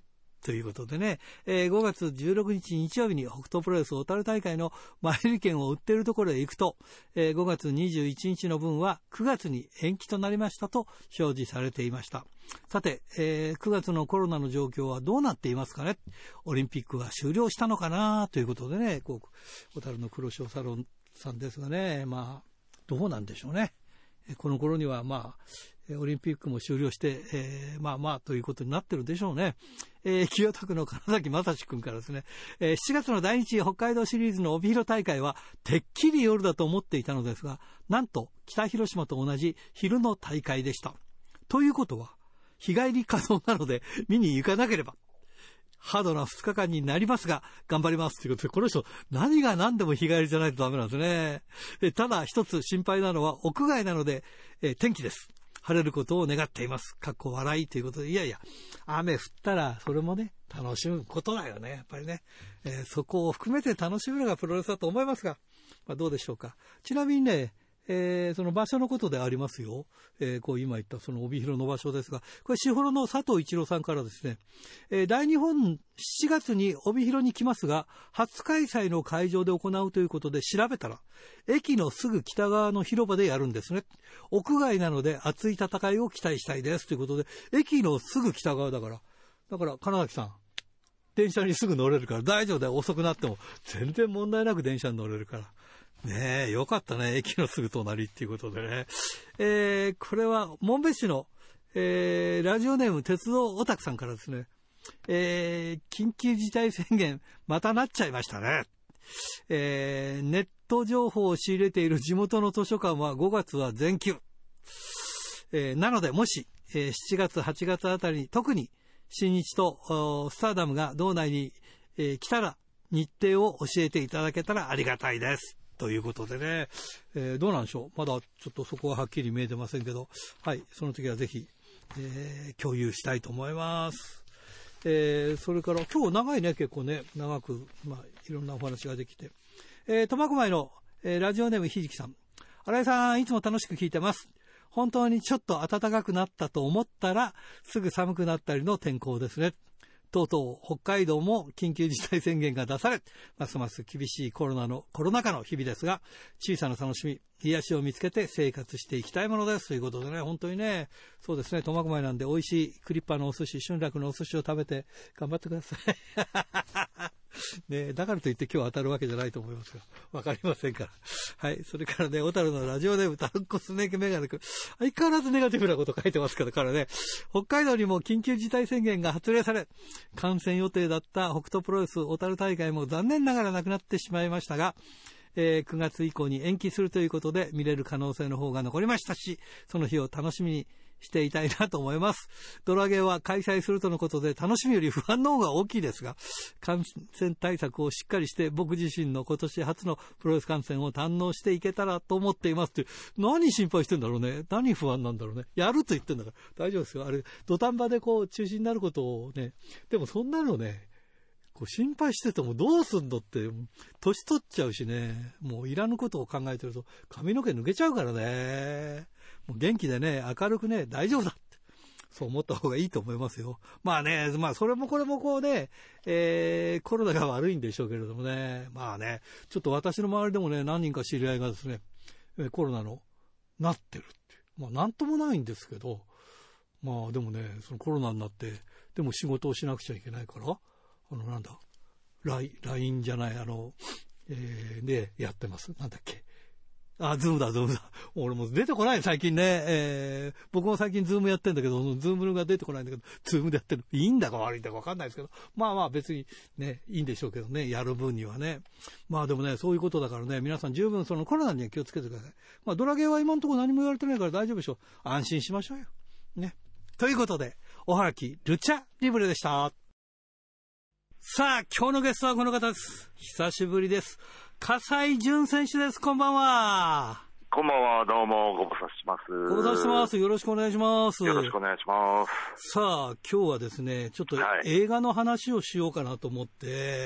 ということでね、えー、ごがつじゅうろくにち日曜日に北東プロレス小樽大会の前売り券を売っているところへ行くと、えー、ごがつにじゅういちにちの分はくがつに延期となりましたと表示されていました。さて、えー、くがつのコロナの状況はどうなっていますかね。オリンピックは終了したのかなということでね、こう小樽の黒潮サロンさんですがね、まあどうなんでしょうね。この頃にはまあオリンピックも終了して、えー、まあまあということになってるでしょうね。えー、清田区の金崎正史君からですね、えー、しちがつの第二次北海道シリーズの帯広大会はてっきり夜だと思っていたのですが、なんと北広島と同じ昼の大会でした。ということは日帰り可能なので見に行かなければ。ハードなふつかかんになりますが頑張りますということで、この人何が何でも日帰りじゃないとダメなんですね。えただ一つ心配なのは屋外なので、えー、天気です。晴れることを願っています。かっこ笑いということで、いやいや雨降ったらそれもね楽しむことだよね、やっぱりね、えー、そこを含めて楽しむのがプロレスだと思いますが、まあ、どうでしょうか。ちなみにね、えー、その場所のことでありますよ。えー、こう今言ったその帯広の場所ですが、これ、しほろの佐藤一郎さんからですね、えー、大日本しちがつに帯広に来ますが、初開催の会場で行うということで調べたら、駅のすぐ北側の広場でやるんですね。屋外なので熱い戦いを期待したいですということで、駅のすぐ北側だから、だから金崎さん、電車にすぐ乗れるから大丈夫だよ。遅くなっても全然問題なく電車に乗れるから。ねえ、よかったね。駅のすぐ隣っていうことでね。えー、これは、紋別市の、えー、ラジオネーム鉄道オタクさんからですね。えー、緊急事態宣言、またなっちゃいましたね。えー、ネット情報を仕入れている地元の図書館はごがつは全休。えー、なので、もし、えー、しちがつ、はちがつあたりに、特に新日とスターダムが道内に、えー、来たら、日程を教えていただけたらありがたいです。ということでね、えー、どうなんでしょう。まだちょっとそこははっきり見えてませんけど、はい、その時はぜひ、えー、共有したいと思います。えー、それから今日長いね、結構ね、長く、まあ、いろんなお話ができて、えー、苫小牧の、えー、ラジオネームひじきさん、新井さん、いつも楽しく聞いてます。本当にちょっと暖かくなったと思ったら、すぐ寒くなったりの天候ですね。とうとう北海道も緊急事態宣言が出され、ますます厳しいコロナのコロナ禍の日々ですが、小さな楽しみ、癒しを見つけて生活していきたいものですということでね、本当にね、そうですね、苫小牧なんで美味しいクリッパーのお寿司、春楽のお寿司を食べて頑張ってください。ね、だからといって今日当たるわけじゃないと思いますが、わかりませんから。はい。それからね、小樽のラジオネームタルコスネークメガネ君、相変わらずネガティブなこと書いてますから、からね、北海道にも緊急事態宣言が発令され、観戦予定だった北斗プロレス小樽大会も残念ながらなくなってしまいましたが、えー、くがつ以降に延期するということで見れる可能性の方が残りましたし、その日を楽しみにしていたいなと思います。ドラゲーは開催するとのことで楽しみより不安の方が大きいですが、感染対策をしっかりして僕自身の今年初のプロレス観戦を堪能していけたらと思っていますって、何心配してんだろうね。何不安なんだろうね。やると言ってんだから大丈夫ですよ。あれ土壇場でこう中止になることをね、でもそんなのね、こう心配しててもどうすんのって、年取っちゃうしね、もういらぬことを考えてると髪の毛抜けちゃうからね。もう元気でね、明るくね、大丈夫だってそう思った方がいいと思いますよ。まあね、まあそれもこれもこうね、えー、コロナが悪いんでしょうけれどもね、まあね、ちょっと私の周りでもね、何人か知り合いがですね、コロナのなってるって、まあなんともないんですけど、まあでもね、そのコロナになってでも仕事をしなくちゃいけないから、あのなんだ ライン じゃない、あの、えー、でやってます。なんだっけ、あ、ズームだ、ズームだ。俺も出てこない、最近ね。えー、僕も最近ズームやってんだけど、ズームが出てこないんだけど、ズームでやってる。いいんだか悪いんだか分かんないですけど、まあまあ別にね、いいんでしょうけどね、やる分にはね。まあでもね、そういうことだからね、皆さん十分そのコロナには気をつけてください。まあドラゲーは今のところ何も言われてないから大丈夫でしょう。安心しましょうよ。ね。ということで、おはがき、ルチャリブレでした。さあ、今日のゲストはこの方です。久しぶりです。笠井淳選手です。こんばんは。 こんばんは。どうもご無沙汰します。 ご無沙汰してます。よろしくお願いします。 よろしくお願いします。 さあ、今日はですね、ちょっと映画の話をしようかなと思って、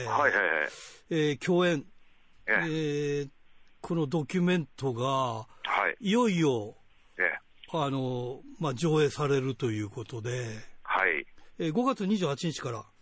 はいはいはい。 えー、共演、 ええー、このドキュメントが、 はい、 いよいよ、 えあの、まあ、上映されるということで、 はい。 えー、ごがつにじゅうはちにちから、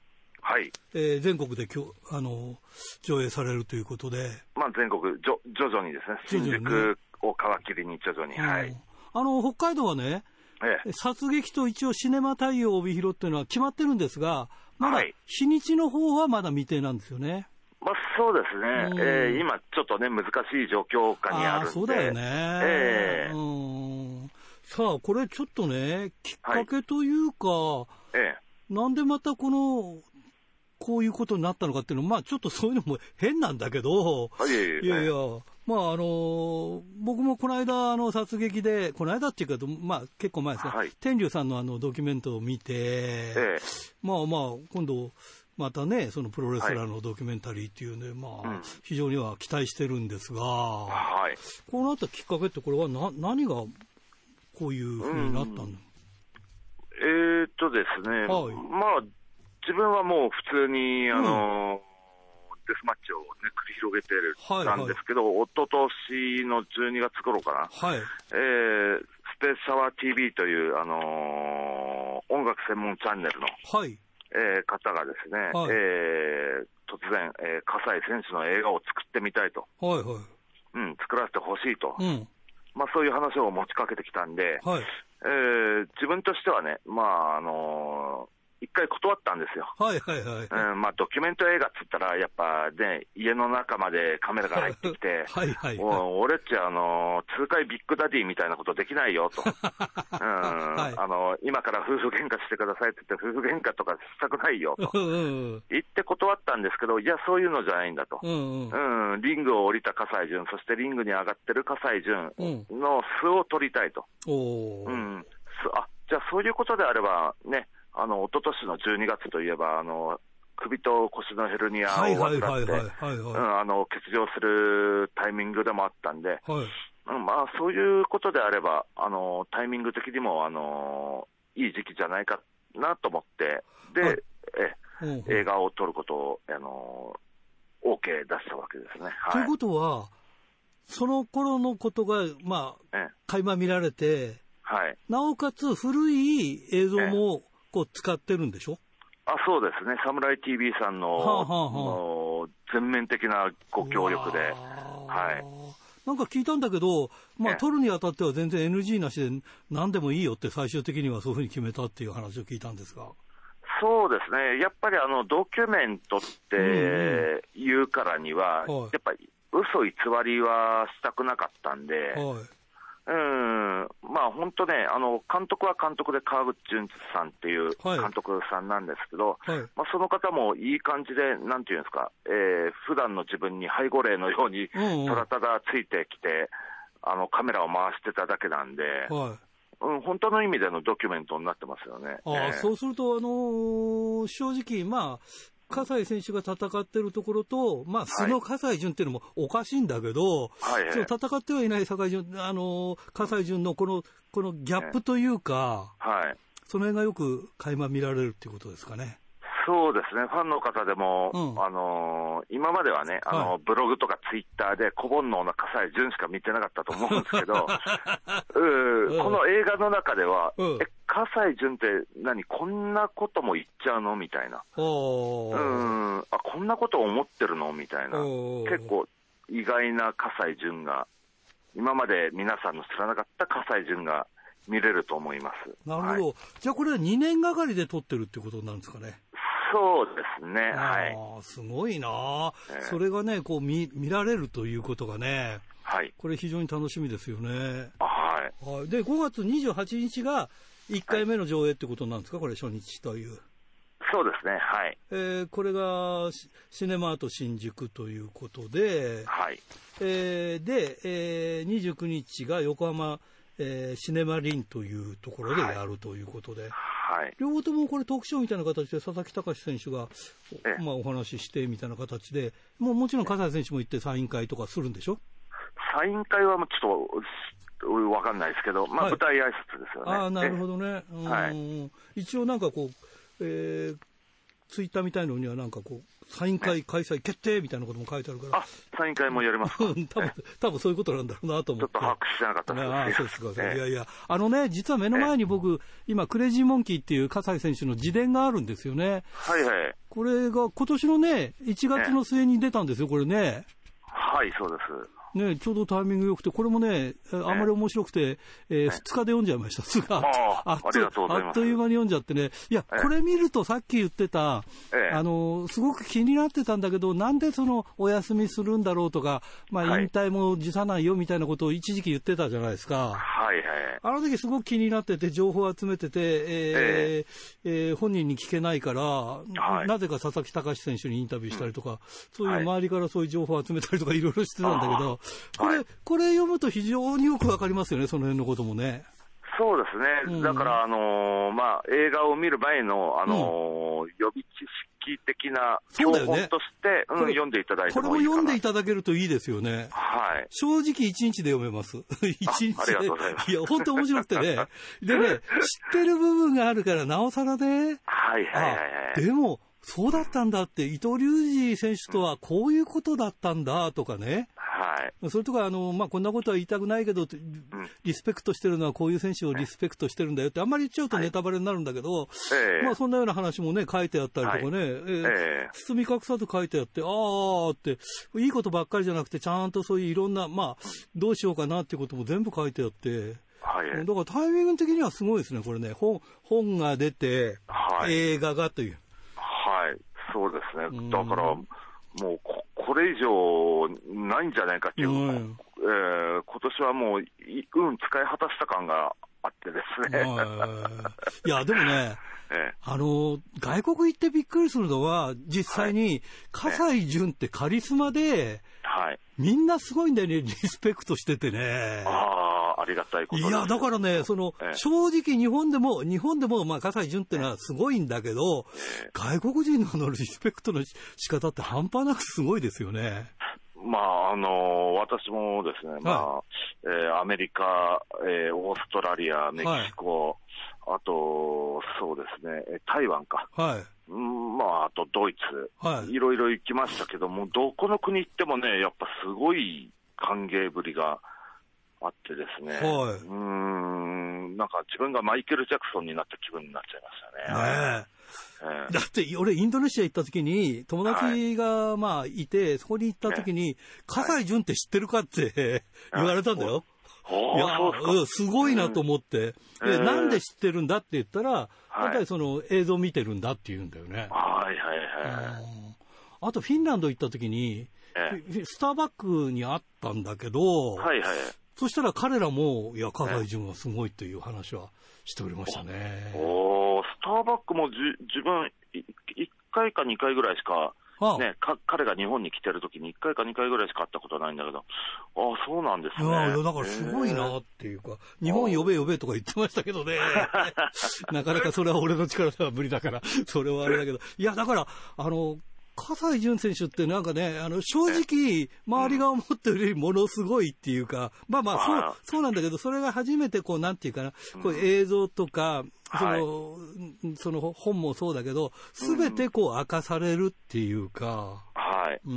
はい、 えー、全国できょあの上映されるということで、 まあ、全国じょ徐々にですね、新宿を皮切りに徐々に、はい、 あの北海道はね、ええ、殺撃と一応シネマ太陽帯広っていうのは決まってるんですが、まだ日にちの方はまだ未定なんですよね。 まあ、そうですね、えー、今ちょっとね難しい状況下にあるんで。あ、 そうだよね、えー、うんさあこれちょっとねきっかけというか、はい、ええ、なんでまたこのこういうことになったのかっていうのは、まあちょっとそういうのも変なんだけど、 はい、 いやいや、まああの僕もこの間あの殺撃でこの間っていうか、まあ結構前ですね、はい、天竜さんのあのドキュメントを見て、ええ、まあまあ今度またねそのプロレスラーのドキュメンタリーっていうね、はい、まあ、うん、非常には期待してるんですが、はい、こうなったきっかけってこれはな何がこういうふうになったの？うん、 えーっとですね、はい、まあ自分はもう普通に、あの、うん、デスマッチを、ね、繰り広げてるんですけど、はいはい、一昨年のじゅうにがつ頃かな、はい、えー、スペースシャワー ティービー という、あのー、音楽専門チャンネルの、はい、えー、方がですね、はい、えー、突然、えー、葛西選手の映画を作ってみたいと、はいはい、うん、作らせてほしいと、うん、まあ、そういう話を持ちかけてきたんで、はい、えー、自分としてはね、まああのー一回断ったんですよ。はいはいはい。うん、まあドキュメント映画っつったらやっぱね家の中までカメラが入ってきて、はいはい、はい、俺っちゃあの痛快ビッグダディみたいなことできないよと、うん、はい、あの今から夫婦喧嘩してくださいって言って夫婦喧嘩とかしたくないよと言って断ったんですけど、いやそういうのじゃないんだと、うんうんうん、リングを降りた葛西潤、そしてリングに上がってる葛西潤の素を取りたいと、うん、あじゃあそういうことであればね。あの一昨年のじゅうにがつといえばあの首と腰のヘルニアを患って欠場するタイミングでもあったんで、はい、うん、まあ、そういうことであればあのタイミング的にもあのいい時期じゃないかなと思ってで、はい、え、うん、映画を撮ることをあの OK 出したわけですね。はい、 ということはその頃のことが、まあ、垣間見られて、はい、なおかつ古い映像もこう使ってるんでしょ？ あ、そうですね、サムライ ティービー さんの、はあはあはあ、全面的なご協力で、はい、 なんか聞いたんだけど、まあ、撮るにあたっては全然 エヌジー なしで何でもいいよって最終的にはそういうふうに決めたっていう話を聞いたんですが。 そうですね、やっぱりあのドキュメントっていうからには、うんうん、やっぱり嘘偽りはしたくなかったんで、はい、うん、まあ本当ね、あの監督は監督で川口淳さんっていう監督さんなんですけど、はいはい、まあ、その方もいい感じで、なんていうんですか、えー、普段の自分に背後霊のようにただただついてきて、あのカメラを回してただけなんで、はい、うん、本当の意味でのドキュメントになってますよね。 あ、えー、そうすると、あのー、正直、まあ、葛西選手が戦ってるところと、まあ、素の葛西潤っていうのもおかしいんだけど、はい、その戦ってはいない葛西潤、あのー、葛西潤のこの、このギャップというか、はい、その辺がよく垣間見られるっていうことですかね。 そうですね、ファンの方でも、うん、あのー、今まではね、あのーはい、ブログとかツイッターで小煩悩な葛西潤しか見てなかったと思うんですけど、うこの映画の中では、うん、え葛西潤って何こんなことも言っちゃうのみたいな、うんあこんなこと思ってるのみたいな、結構意外な葛西潤が今まで皆さんの知らなかった葛西潤が見れると思います。 なるほど、はい、じゃあこれはにねんがかりで撮ってるってことなんですかね。 そうですね、はい、 あすごいな、えー、それがねこう 見, 見られるということがね、はい、これ非常に楽しみですよね。 はい、 はい、でごがつにじゅうはちにちがいっかいめの上映ってことなんですか、これ初日という。 そうですね、はい、 えー、これがシネマート新宿ということで、はい、えー、で、えー、にじゅうくにちが横浜、えー、シネマリンというところでやるということで、はい、両方ともこれトークショーみたいな形で佐々木隆選手が、まあ、お話ししてみたいな形で、もうもちろん葛西選手も行ってサイン会とかするんでしょ。 サイン会はちょっと分かんないですけど、まあ、はい、舞台挨拶ですよね。 ああ、なるほどね、うん、はい、一応なんかこう、えー、 ツイッターみたいのにはなんかこう、サイン会開催決定みたいなことも書いてあるから。 あ、サイン会もやりますか。 多分、多分そういうことなんだろうなと思って。 ちょっと把握してなかったですね。 ああ、そうですか。いやいや、あのね、実は目の前に僕、今、クレイジーモンキーっていう葛西選手の自伝があるんですよね。 はいはい。 これが今年のね、いちがつの末に出たんですよ、これね。 はい、そうです。 ね、ちょうどタイミング良くて、これもね、あんまり面白くて、えー、ふつかで読んじゃいました。すが、 あっという間に読んじゃってね。いや、これ見るとさっき言ってた、あの、すごく気になってたんだけど、なんでそのお休みするんだろうとか、まあ引退も辞さないよみたいなことを一時期言ってたじゃないですか。 はいはい。 あの時すごく気になってて、情報を集めてて、えーえー、本人に聞けないから、はい、なぜか佐々木隆選手にインタビューしたりとか、うん、そういう周りからそういう情報を集めたりとかいろいろしてたんだけど、これ、はい、これ読むと非常によくわかりますよね、その辺のこともね。 そうですね。うん、だから、あのー、まあ、映画を見る前の、あのーうん、予備知識的な教本として、うん、読んでいただいてもいいかな。 これも読んでいただけるといいですよね。 はい。 正直一日で読めます。一日で。 ありがとうございます。 いや、本当面白くてね。でね、知ってる部分があるから、なおさらね。 はいはいはい、はい。 でも、そうだったんだって、伊藤隆二選手とはこういうことだったんだとかね。 はい。 それとか、あの、まあ、こんなことは言いたくないけど、リスペクトしてるのはこういう選手をリスペクトしてるんだよって、あんまり言っちゃうとネタバレになるんだけど、はい、まあ、そんなような話もね、書いてあったりとかね、はい、えーえー、包み隠さず書いてあって、あーって、いいことばっかりじゃなくて、ちゃんとそういういろんな、まあ、どうしようかなっていうことも全部書いてあって、はい、だからタイミング的にはすごいですね、これね。本、本が出て、はい、映画がという。 はい、そうですね。だから、もうこ、これ以上ないんじゃないかっていう、うん、えー、今年はもう、運使い果たした感があってですね。 いや、でもね、ええ、あの、外国行ってびっくりするのは、実際に、葛西潤ってカリスマで、はい、みんなすごいんだよね、リスペクトしててね。 ああ、ありがたいことです。 いや、だからね、その、ええ、正直日本でも、日本でも、まあ、葛西潤ってのはすごいんだけど、ええ、外国人のあのリスペクトの仕方って半端なくすごいですよね。 まあ、あの、私もですね、まあ、はい、えー、アメリカ、えー、オーストラリア、メキシコ、はい、あと、そうですね、台湾か。はい。まあ、あとドイツ、はい。いろいろ行きましたけども、どこの国行ってもね、やっぱすごい歓迎ぶりがあってですね。はい。うーん、なんか自分がマイケル・ジャクソンになった気分になっちゃいましたね。ねえ。えー、だって俺インドネシア行った時に友達がまあいて、はい、そこに行った時に、えー、葛西潤って知ってるかって言われたんだよ。いや、うん、すごいなと思って、うん、で、なんで知ってるんだって言ったら、はい、やっぱりその映像見てるんだって言うんだよね。 はいはいはい。 あとフィンランド行った時に、えー、スターバックに会ったんだけど、はいはい。そしたら彼らも、いや、葛西潤はすごいという話はしておりましたね。 おー、スターバックもじ自分、いっかいかにかいぐらいしか、ね、か彼が日本に来てるときにいっかいかにかいぐらいしか会ったことないんだけど、ああ、そうなんですね。いや、だからすごいなっていうか、日本呼べ呼べとか言ってましたけどね。なかなかそれは俺の力では無理だから、それはあれだけど。いや、だから、あの、葛西潤選手ってなんかね、あの、正直、周りが思ってるよりものすごいっていうか、まあまあ、そう、そうなんだけど、それが初めてこう、なんていうかな、こう映像とか、その、はい、その本もそうだけど、すべてこう明かされるっていうか、はい。うん。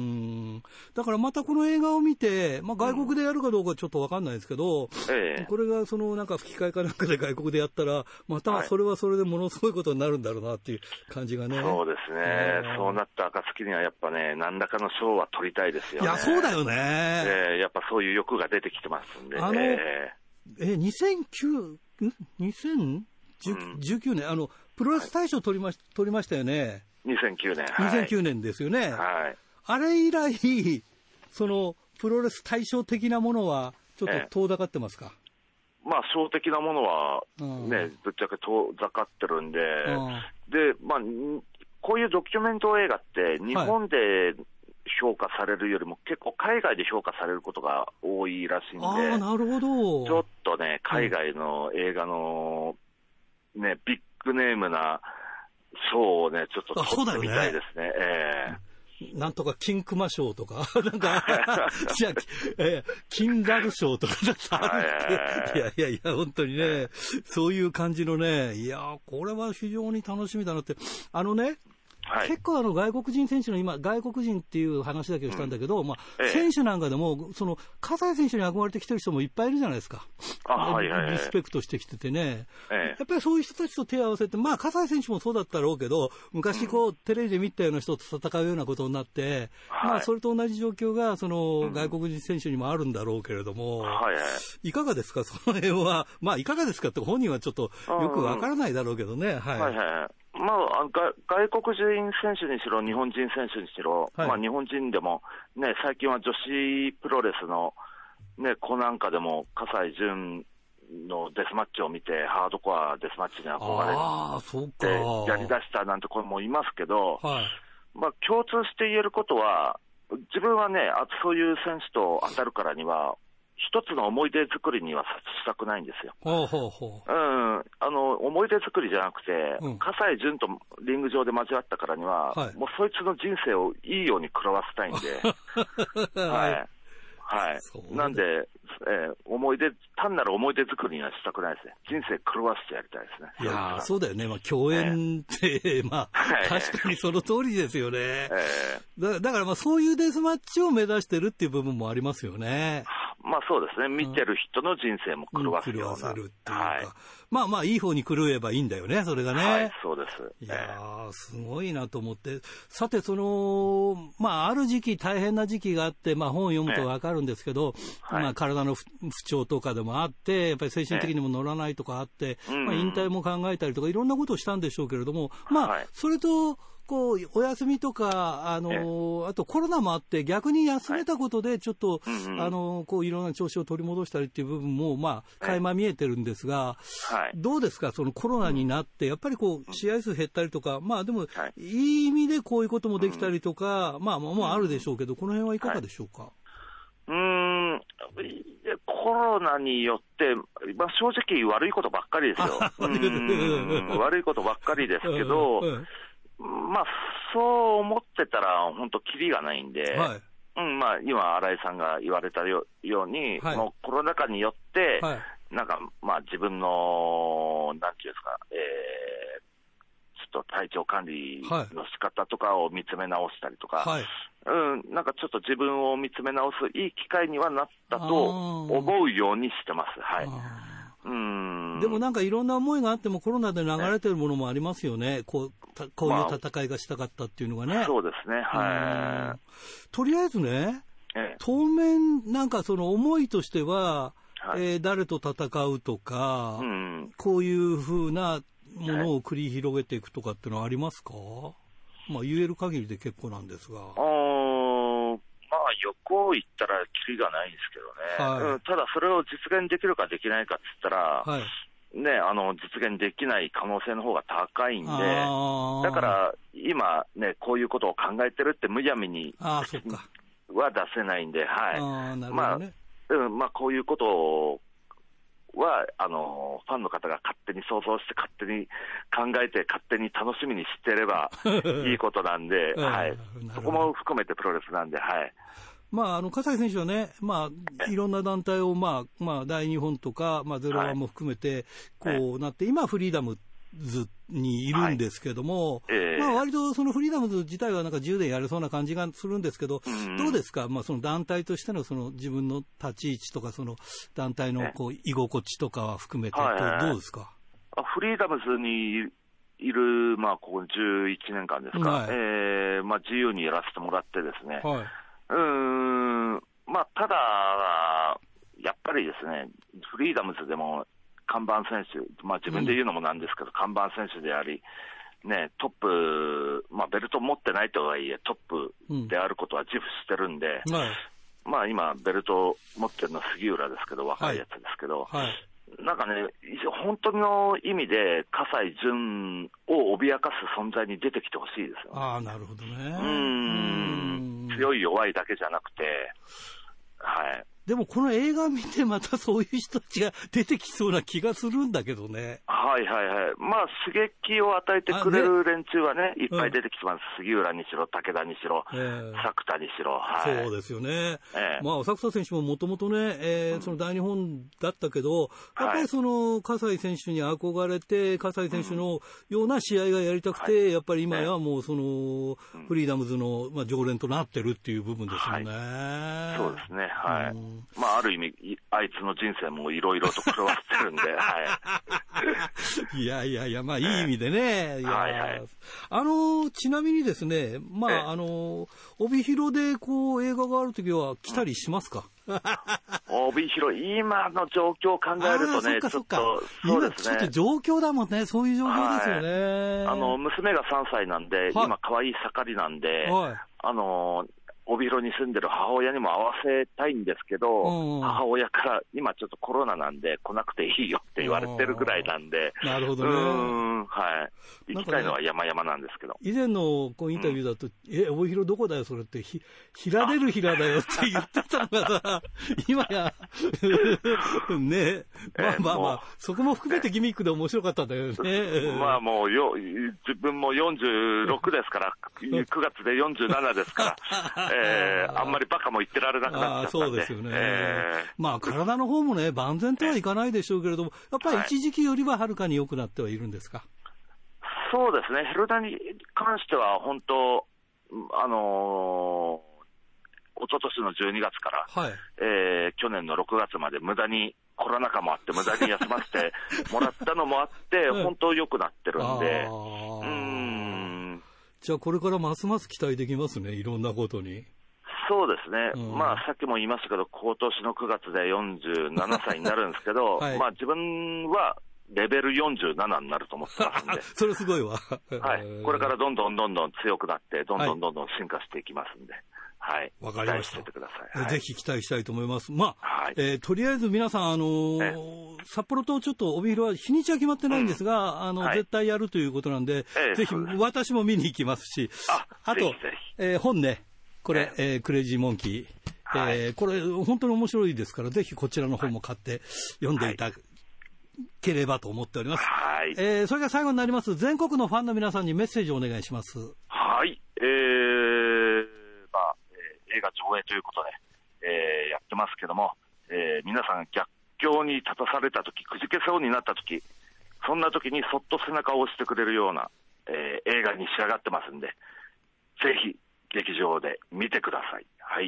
だからまたこの映画を見て、まあ外国でやるかどうかちょっとわかんないですけど、ええ、これがそのなんか吹き替えかなんかで外国でやったら、またそれはそれでものすごいことになるんだろうなっていう感じがね。 そうですね。そうなった暁にはやっぱね、何らかの賞は取りたいですよね。 いや、そうだよね。 ええ、やっぱそういう欲が出てきてますんで。あの、 ええ、にせんきゅう、ん ?にせんじゅうきゅうねん、あの、プロレス大賞取りまし、取りましたよね。 にせんきゅうねん。 はい、にせんきゅうねんですよね。はい。あれ以来、その、プロレス大賞的なものは、ちょっと遠ざかってますか？ ええ、まあ、賞的なものは、ね、ぶっちゃけ遠ざかってるんで、で、まあ、こういうドキュメント映画って、日本で評価されるよりも、結構海外で評価されることが多いらしいんで、 ああ、なるほど。 ちょっとね、海外の映画の、ね、ビッグネームな賞をね、ちょっと取ってみたいですね。ええ、なんとか金熊賞とか、なんか、じゃあ、えー、金ザル賞とかあるって、いやいやいや、本当にね、そういう感じのね、いや、これは非常に楽しみだなって、あのね、 はい、結構あの外国人選手の今、外国人っていう話だけをしたんだけど、うんまあええ、選手なんかでも、その葛西選手に憧れてきてる人もいっぱいいるじゃないですか。 あはいはいはい、 リスペクトしてきててね、 ええ、 やっぱりそういう人たちと手を合わせて、まあ、葛西選手もそうだったろうけど、昔こう、うん、テレビで見たような人と戦うようなことになって、はい、まあ、それと同じ状況がその、うん、外国人選手にもあるんだろうけれども、 はいはい、 いかがですか、その辺は。まあ、いかがですかって本人はちょっとよくわからないだろうけどね。はい。 はいはい、まあ、外国人選手にしろ、日本人選手にしろ、はいまあ、日本人でも、ね、最近は女子プロレスの、ね、子なんかでも、葛西潤のデスマッチを見て、ハードコアデスマッチに憧れてやりだしたなんて子もいますけど、 はいまあ、共通して言えることは、自分はね、あそういう選手と当たるからには、一つの思い出作りにはしたくないんですよ。 ほうほうほう。うん、あの思い出作りじゃなくて、うん、葛西潤とリング上で交わったからには、はい、もうそいつの人生をいいように狂わせたいんで、はいはい、なんで、えー、思い出単なる思い出作りにはしたくないですね。人生狂わせてやりたいですね。 いやーそうだよね。まあ共演って、えー、まあ確かにその通りですよね。 えー、だ, だからまあそういうデスマッチを目指してるっていう部分もありますよね。 まあそうですね。見てる人の人生も狂わせるような、うん、狂わせるっていうか、はい、 まあまあいい方に狂えばいいんだよね。それがね。 はい、そうです。 いやーすごいなと思って。さてそのまあある時期大変な時期があって、まあ本を読むとわかるんですけど、えー、まあ体の不調とかでもあって、やっぱり精神的にも乗らないとかあって、えー、まあ引退も考えたりとかいろんなことをしたんでしょうけれども、まあ、はい、それとこうお休みとか、あのー、あとコロナもあって逆に休めたことでちょっと、はいうんうん、あのー、こういろんな調子を取り戻したりっていう部分もまあ垣間見えてるんですが、 はい、 どうですかそのコロナになってやっぱりこう試合数減ったりとか、まあでも、はい、いい意味でこういうこともできたりとか、うん、まあもうあるでしょうけど、この辺はいかがでしょうか。 うーんコロナによって、まあ、正直悪いことばっかりですよ。うん悪いことばっかりですけど、まあ、そう思ってたら本当キリがないんで、はいうんまあ、今新井さんが言われたように、はい、もうコロナ禍によって、はい、なんかまあ自分のなんていうんですか、えー、ちょっと体調管理の仕方とかを見つめ直したりとか、はいうん、なんかちょっと自分を見つめ直すいい機会にはなったと思うようにしてます。はい。うんでもなんかいろんな思いがあってもコロナで流れてるものもありますよね。こう、こういう戦いがしたかったっていうのがね。 まあ、そうですね。はい。 とりあえずね、ええ、当面なんかその思いとしては、はいえー、誰と戦うとか、うん、こういうふうなものを繰り広げていくとかっていうのはありますか？まあ言える限りで結構なんですが。 まあ、横行ったらキリがないんですけどね、はいうん、ただそれを実現できるかできないかって言ったら、はいね、あの実現できない可能性の方が高いんで、だから今、ね、こういうことを考えてるってむやみには出せないんで、はいあなるほどねまあうんまあ、こういうことをはあのファンの方が勝手に想像して勝手に考えて勝手に楽しみにしてればいいことなんで、はい、そこも含めてプロレスなんで、はいまあ、あの葛西選手はね、まあ、いろんな団体を、まあまあ、大日本とか、まあ、ゼロワンも含めてこうなって、今フリーダムズにいるんですけども、はいえーまあ、割とそのフリーダムズ自体はなんか自由でやれそうな感じがするんですけど、うん、どうですか、まあ、その団体としてのその自分の立ち位置とかその団体のこう居心地とかは含めてどうですか？ フリーダムズにいる、まあ、ここじゅういちねんかんですか、はいえーまあ、自由にやらせてもらってですね、はい、うーんまあ、ただやっぱりですねフリーダムズでも看板選手、まあ、自分で言うのもなんですけど、うん、看板選手であり、ね、トップ、まあ、ベルト持ってないとはいえトップであることは自負してるんで、うんはいまあ、今ベルト持ってるのは杉浦ですけど若いやつですけど、はいはい、なんかね本当の意味で葛西潤を脅かす存在に出てきてほしいですよ、ね、 ああなるほどねうーん強い弱いだけじゃなくてはいでもこの映画見てまたそういう人たちが出てきそうな気がするんだけどね。 はいはいはい。まあ刺激を与えてくれる連中はね、いっぱい出てきてます。うん、杉浦にしろ、武田にしろ、えー、作田にしろ。はい、 そうですよね。 えー、 まあ、作田選手ももともとね、えー、その大日本だったけど、やっぱりその、葛西選手に憧れて、葛西選手のような試合がやりたくて、うん、やっぱり今やもうその、フリーダムズの、まあ、常連となってるっていう部分ですよね。 はい、そうですね。はい。うん、まあ、ある意味、あいつの人生もいろいろと狂わせてるんで、はい。 いやいやいや、まあ、いい意味でね。 いやはいはい。 あの、ちなみにですね、まあ、あの、帯広でこう、映画があるときは来たりしますか？ 帯広、今の状況を考えるとね、 そっかそっか、 ちょっと、そうですね。 今ちょっと状況だもんね、そういう状況ですよね。 はい、あの、娘がさんさいなんで、はい、今可愛い盛りなんで、はい、あの、帯広に住んでる母親にも会わせたいんですけど、うん、母親から今ちょっとコロナなんで来なくていいよって言われてるぐらいなんで、 なるほどね。 うーん、はい。行きたいのは山々なんですけど。 以前のこうインタビューだと、うん、え、帯広どこだよそれって、ひ、平出る平だよって言ってたのがさ、今や、ね、まあまあまあ、そこも含めてギミックで面白かったんだよね。 まあもうよ、自分もよんじゅうろくですから、くがつでよんじゅうななですから、えー、あんまりバカも言ってられなくなっちゃったんで。あ、 そうですよね。えー、まあ体の方もね、万全とはいかないでしょうけれども、やっぱり一時期よりははるかに良くなってはいるんですか？ そうですね。ヘルナに関しては本当、あのー、一昨年のじゅうにがつから、はい、えー、去年のろくがつまで無駄に、コロナ禍もあって無駄に休ませてもらったのもあって、本当良くなってるんで、うーん。 じゃあこれからますます期待できますね、いろんなことに。 そうですね、うん、まあさっきも言いましたけど、今年のくがつでよんじゅうななさいになるんですけど、はい、まあ自分はレベルよんじゅうななになると思ってますんで、 それすごいわ、 はい、これからどんどんどんどん強くなって、どんどんどんどん進化していきますんで。はい。 わかりました。 期待しててください。 ぜひ期待したいと思います。まあ、 はい、 えー、とりあえず皆さん、あのー、札幌とちょっと帯広は日にちは決まってないんですが、うん、あの、はい、絶対やるということなんで、えー、ぜひ私も見に行きますし、 あ、 あと、ぜひぜひえー、本ね、これ、えー、クレイジーモンキー、はい、えー、これ本当に面白いですから、ぜひこちらの本も買って読んでいただければと思っております。 はい。 えー、それが最後になります。全国のファンの皆さんにメッセージをお願いします。 はい。えー、まあ、えー、映画上映ということで、えー、やってますけども、えー、皆さん逆境に立たされたとき、くじけそうになったとき、そんなときにそっと背中を押してくれるような、えー、映画に仕上がってますんで、ぜひ劇場で見てください。はい。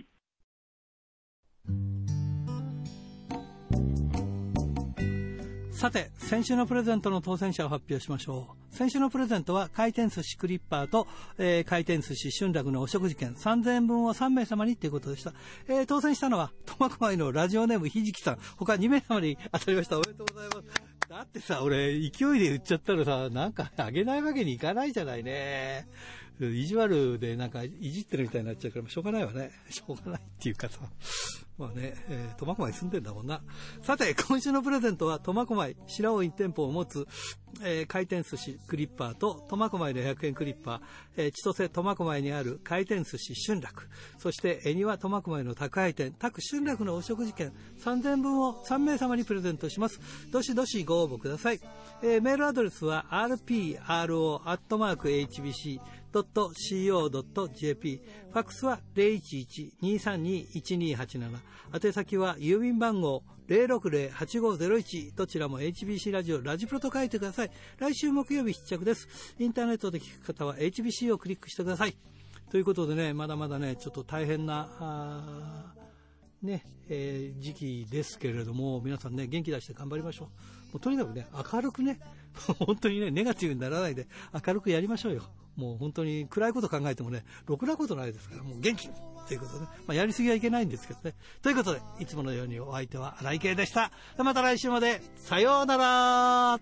さて、先週のプレゼントの当選者を発表しましょう。先週のプレゼントは回転寿司クリッパーと、えー、回転寿司春楽のお食事券さんぜんえんぶんをさんめい様にということでした。えー、当選したのは苫小牧のラジオネームひじきさん、他にめい様に当たりました。おめでとうございます。だってさ、俺勢いで売っちゃったらさ、なんかあげないわけにいかないじゃないね。意地悪でなんかいじってるみたいになっちゃうからしょうがないわね。しょうがないっていうかさ、まあね、えー、苫小牧住んでんだもんな。さて、今週のプレゼントは苫小牧白尾いち店舗を持つ、えー、回転寿司クリッパーと苫小牧のひゃくえんクリッパー、えー、千歳苫小牧にある回転寿司春楽、そして恵庭苫小牧の宅配店宅春楽のお食事券さんぜんえんぶんをさんめい様にプレゼントします。どしどしご応募ください。えー、メールアドレスは アールピーアールオー アットマーク エイチビーシードットシーオードットジェーピー、 ファックスは ゼロいちいち にさんに いちにはちなな、宛先は郵便番号 ゼロろくゼロ はちごゼロいち、どちらも エイチビーシー ラジオラジプロと書いてください。来週木曜日必着です。インターネットで聞く方は エイチビーシー をクリックしてください。ということでね、まだまだねちょっと大変なあね、えー、時期ですけれども、皆さんね元気出して頑張りましょう。もうとにかくね明るくね本当にねネガティブにならないで明るくやりましょうよ。もう本当に暗いこと考えてもねろくなことないですから、もう元気ということで、ね、まあ、やりすぎはいけないんですけどね。ということでいつものようにお相手は荒井圭でした。また来週までさようなら。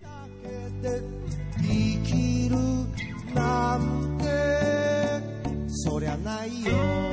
生きるなんてそりゃないよ。